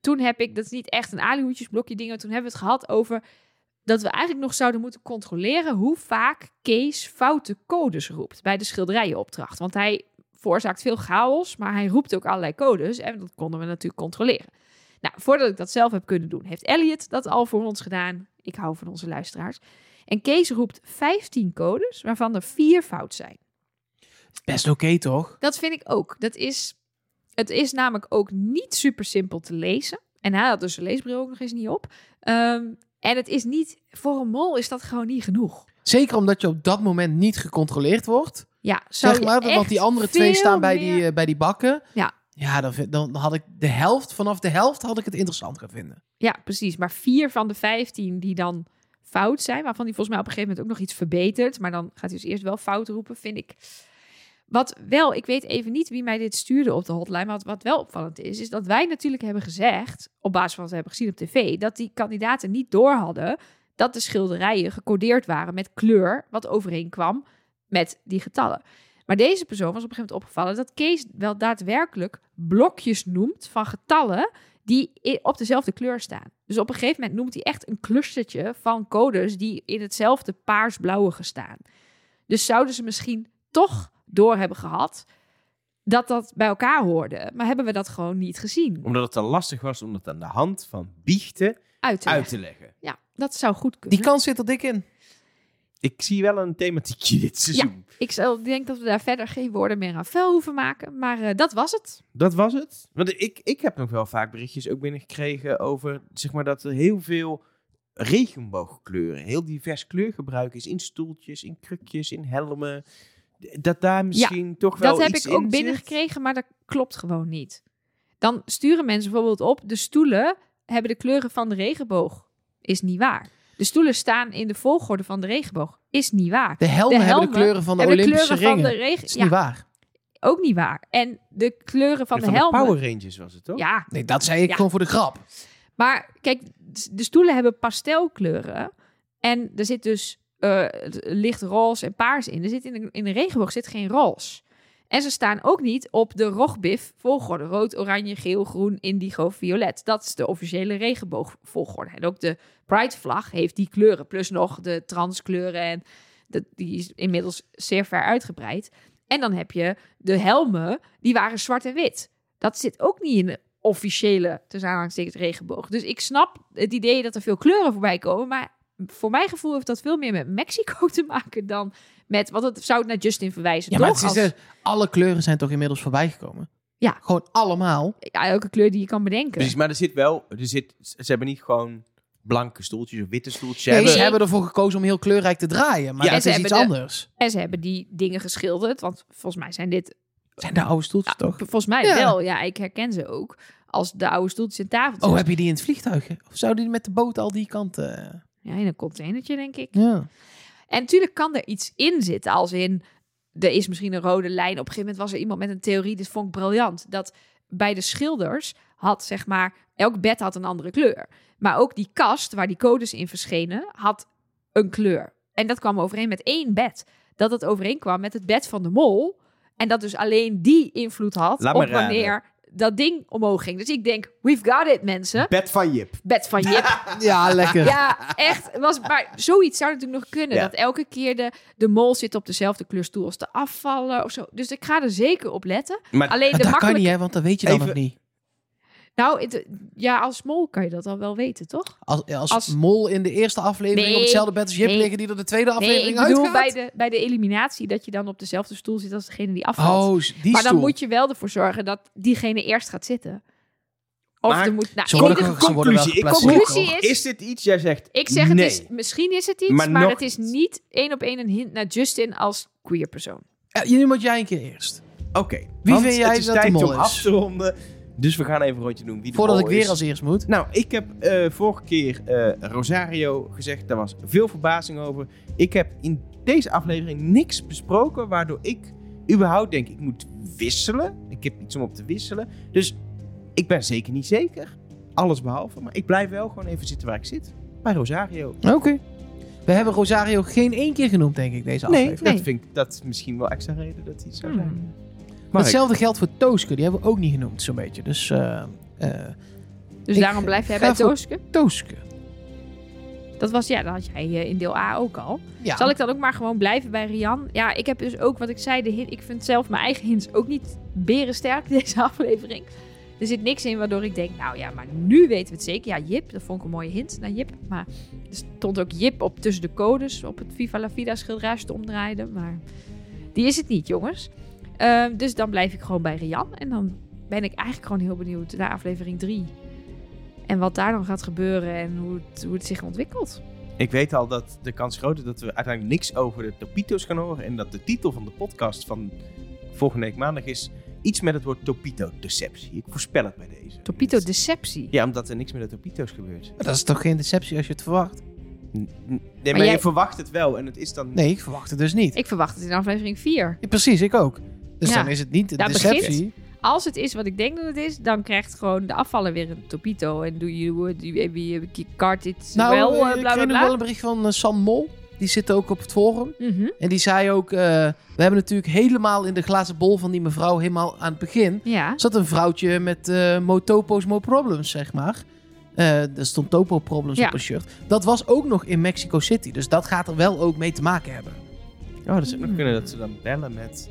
toen heb ik, dat is niet echt een alihoedjesblokje ding, maar toen hebben we het gehad over dat we eigenlijk nog zouden moeten controleren hoe vaak Kees foute codes roept bij de schilderijenopdracht. Want hij veroorzaakt veel chaos, maar hij roept ook allerlei codes en dat konden we natuurlijk controleren. Nou, voordat ik dat zelf heb kunnen doen, heeft Elliot dat al voor ons gedaan. Ik hou van onze luisteraars. En Kees roept vijftien codes, waarvan er vier fout zijn. Best oké, okay, toch? Dat vind ik ook. Dat is, het is namelijk ook niet super simpel te lezen. En hij had dus zijn leesbril ook nog eens niet op. Um, en het is niet, voor een mol is dat gewoon niet genoeg. Zeker omdat je op dat moment niet gecontroleerd wordt. Ja, zou zeg maar, je want die andere twee staan bij, meer... die, uh, bij die bakken. Ja. Ja, dan, dan had ik de helft, vanaf de helft had ik het interessant gaan vinden. Ja, precies. Maar vier van de vijftien die dan fout zijn, waarvan die volgens mij op een gegeven moment ook nog iets verbetert, maar dan gaat hij dus eerst wel fout roepen, vind ik. Wat wel, ik weet even niet wie mij dit stuurde op de hotline, maar wat, wat wel opvallend is, is dat wij natuurlijk hebben gezegd, op basis van wat we hebben gezien op tv, dat die kandidaten niet door hadden dat de schilderijen gecodeerd waren met kleur, wat overeenkwam met die getallen. Maar deze persoon was op een gegeven moment opgevallen dat Kees wel daadwerkelijk blokjes noemt van getallen die op dezelfde kleur staan. Dus op een gegeven moment noemt hij echt een clustertje van codes die in hetzelfde paars-blauwige staan. Dus zouden ze misschien toch door hebben gehad dat dat bij elkaar hoorde. Maar hebben we dat gewoon niet gezien. Omdat het dan lastig was om dat aan de hand van biechten uit te, uit te leggen. leggen. Ja, dat zou goed kunnen. Die kans zit er dik in. Ik zie wel een thematiekje dit seizoen. Ja, ik zal, denk dat we daar verder geen woorden meer aan vuil hoeven maken. Maar uh, dat was het. Dat was het. Want ik, ik heb nog wel vaak berichtjes ook binnengekregen over, zeg maar, dat er heel veel regenboogkleuren, heel divers kleurgebruik is in stoeltjes, in krukjes, in helmen. Dat daar misschien ja, toch wel dat heb iets ik ook in binnengekregen, maar dat klopt gewoon niet. Dan sturen mensen bijvoorbeeld op, de stoelen hebben de kleuren van de regenboog. Is niet waar. De stoelen staan in de volgorde van de regenboog. Is niet waar. De helmen, de helmen hebben de kleuren van de Olympische Olympische kleuren ringen. Van de regen... Is ja, niet waar. Ook niet waar. En de kleuren van de, de, van helmen... de Power Rangers was het, toch? Ja. Nee, dat zei ik ja. gewoon voor de grap. Maar kijk, de stoelen hebben pastelkleuren. En er zit dus uh, licht roze en paars in. Er zit in de, in de regenboog zit geen roze. En ze staan ook niet op de rogbif volgorde. Rood, oranje, geel, groen, indigo, violet. Dat is de officiële regenboogvolgorde. En ook de Pride-vlag heeft die kleuren. Plus nog de transkleuren. En de, die is inmiddels zeer ver uitgebreid. En dan heb je de helmen. Die waren zwart en wit. Dat zit ook niet in de officiële, tussen aanhalingstekens, regenboog. Dus ik snap het idee dat er veel kleuren voorbij komen. Maar voor mijn gevoel heeft dat veel meer met Mexico te maken dan met, want het zou naar Justin verwijzen. Ja, toch? maar het is Als, de, alle kleuren zijn toch inmiddels voorbij gekomen? Ja. Gewoon allemaal. Ja, elke kleur die je kan bedenken. Precies, maar er zit wel, er zit, ze hebben niet gewoon blanke stoeltjes of witte stoeltjes. Ze Nee, hebben, ze hebben ervoor gekozen om heel kleurrijk te draaien. Maar Ja, dat ze is iets hebben de- anders. En ze hebben die dingen geschilderd, want volgens mij zijn dit... Zijn de oude stoeltjes Ja, toch? volgens mij Ja. wel, ja, ik herken ze ook. Als de oude stoeltjes en tafeltjes. Oh, heb je die in het vliegtuig? Of zou die met de boot al die kant... Uh... Ja, in een containertje, denk ik. Ja. En natuurlijk kan er iets in zitten, als in... Er is misschien een rode lijn. Op een gegeven moment was er iemand met een theorie, dit vond ik briljant, dat bij de schilders had, zeg maar, elk bed had een andere kleur. Maar ook die kast, waar die codes in verschenen, had een kleur. En dat kwam overeen met één bed. Dat het overeenkwam met het bed van de mol. En dat dus alleen die invloed had Laat op me raden. wanneer dat ding omhoog ging. Dus ik denk, we've got it, mensen. Bed van Jip. Bed van Jip. Ja, lekker. Ja, echt. Was, maar zoiets zou natuurlijk nog kunnen. Ja. Dat elke keer de, de mol zit op dezelfde kleurstoel als de afvaller of zo. Dus ik ga er zeker op letten. Maar Alleen Maar de dat kan makkelijke... niet, hè, want dat weet je dan Even- nog niet. Nou, het- ja, als mol kan je dat al wel weten, toch? Als, als, Als- mol in de eerste aflevering Nee, op hetzelfde bed als Jip nee. liggen die er de tweede Nee, aflevering ik bedoel uitgaat. bij de, bij de eliminatie dat je dan op dezelfde stoel zit als degene die afvalt. Oh, die maar dan stoel. moet je wel ervoor zorgen dat diegene eerst gaat zitten. Of Maar er moet... Nou, Ze in worden, ieder ge- geval, ze worden wel conclusie, ik- geplaceerd. conclusie toch? is... Is dit iets, jij zegt Ik zeg, het nee. is, misschien is het iets, Maar maar, nog het is iets. niet één op één een hint naar Justin als queer persoon. Ja, nu moet jij een keer eerst. Oké. Wie want vind jij het is dat de tijd mol om is? af te ronden. Dus we gaan even een rondje doen wie de Voordat mol ik weer is. als eerst moet. Nou, ik heb eh, vorige keer eh, Rosario gezegd. Daar was veel verbazing over. Ik heb in deze aflevering niks besproken. Waardoor ik überhaupt denk ik moet wisselen. Ik heb iets om op te wisselen. Dus ik ben zeker niet zeker. Alles behalve. Maar ik blijf wel gewoon even zitten waar ik zit. Bij Rosario. Oké. We hebben Rosario geen één keer genoemd, denk ik, deze Nee, aflevering. dat vind ik dat is misschien wel extra reden dat hij het zou zijn. Hmm. Maar Hetzelfde geldt voor Tooske. Die hebben we ook niet genoemd, zo'n beetje. Dus, eh, eh, Dus Ik daarom blijf jij ga bij voor- Tooske? Tooske. Dat was, ja, dat had jij eh, in deel A ook al. Ja. Zal ik dan ook maar gewoon blijven bij Rian? Ja, ik heb dus ook, wat ik zei, de hint, ik vind zelf mijn eigen hints ook niet berensterk, deze aflevering. Er zit niks in waardoor ik denk, nou ja, maar nu weten we het zeker. Ja, Jip, dat vond ik een mooie hint naar Jip. Maar er stond ook Jip op tussen de codes op het Viva la Vida schilderij als je het omdraaide. Maar die is het niet, jongens. Ehm, dus dan blijf ik gewoon bij Rian. En dan ben ik eigenlijk gewoon heel benieuwd naar aflevering drie. En wat daar dan gaat gebeuren en hoe het, hoe het zich ontwikkelt. Ik weet al dat de kans groot is dat we uiteindelijk niks over de Topito's gaan horen. En dat de titel van de podcast van volgende week maandag is iets met het woord Topito-deceptie. Ik voorspel het bij deze. Topito Deceptie. Ja, omdat er niks met de Topito's gebeurt. Maar dat is toch geen deceptie als je het verwacht? N- n- Nee, maar, jij- je verwacht het wel en het is dan... Nee, ik verwacht het dus niet. Ik verwacht het in aflevering vier. Ja, precies, ik ook. Dus Ja. dan is het niet de Daar deceptie. Als het is wat ik denk dat het is, dan krijgt gewoon de afvaller weer een Topito. En doe je, doe je, je, je kaart it Nou, wel, eh, eh, ik bla bla kreeg nog bla. wel een bericht van eh, San Mol. Die zit ook op het forum. Mhm. En die zei ook... eh, we hebben natuurlijk helemaal in de glazen bol van die mevrouw... helemaal aan het begin... Ja. zat een vrouwtje met eh Motopo's Mo Problems, zeg maar. Eh er stond Topo Problems Ja. op een shirt. Dat was ook nog in Mexico City. Dus dat gaat er wel ook mee te maken hebben. Oh, dat zou ook nog kunnen dat ze dan bellen met...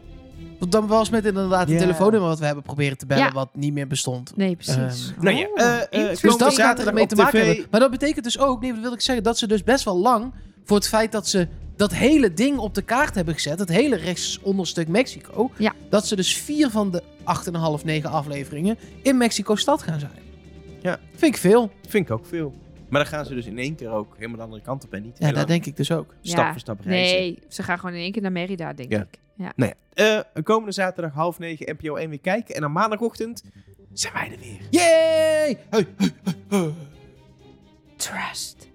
Want dan was met inderdaad een Ja. telefoonnummer wat we hebben proberen te bellen... Ja. wat niet meer bestond. Nee, precies. Ehm, Nou ja, Oh, eh, eh, interessant. Dus Komende dat gaat zaterdag ermee op te maken tv. hebben. Maar dat betekent dus ook, nee, dat wil ik zeggen, dat ze dus best wel lang voor het feit dat ze dat hele ding op de kaart hebben gezet, het hele rechtsonderstuk Mexico, Ja. dat ze dus vier van de acht en een half, negen afleveringen in Mexico-stad gaan zijn. Ja. Vind ik veel. Vind ik ook veel. Maar dan gaan ze dus in één keer ook helemaal de andere kant op en niet Ja, heel dat denk ik dus ook. stap Ja. voor stap reizen. Nee, ze gaan gewoon in één keer naar Merida, denk Ja. ik. Ja. Nou ja, eh, komende zaterdag half negen N P O één weer kijken. En dan maandagochtend zijn wij er weer. Yay! Hey, hey, hey, hey. Trust.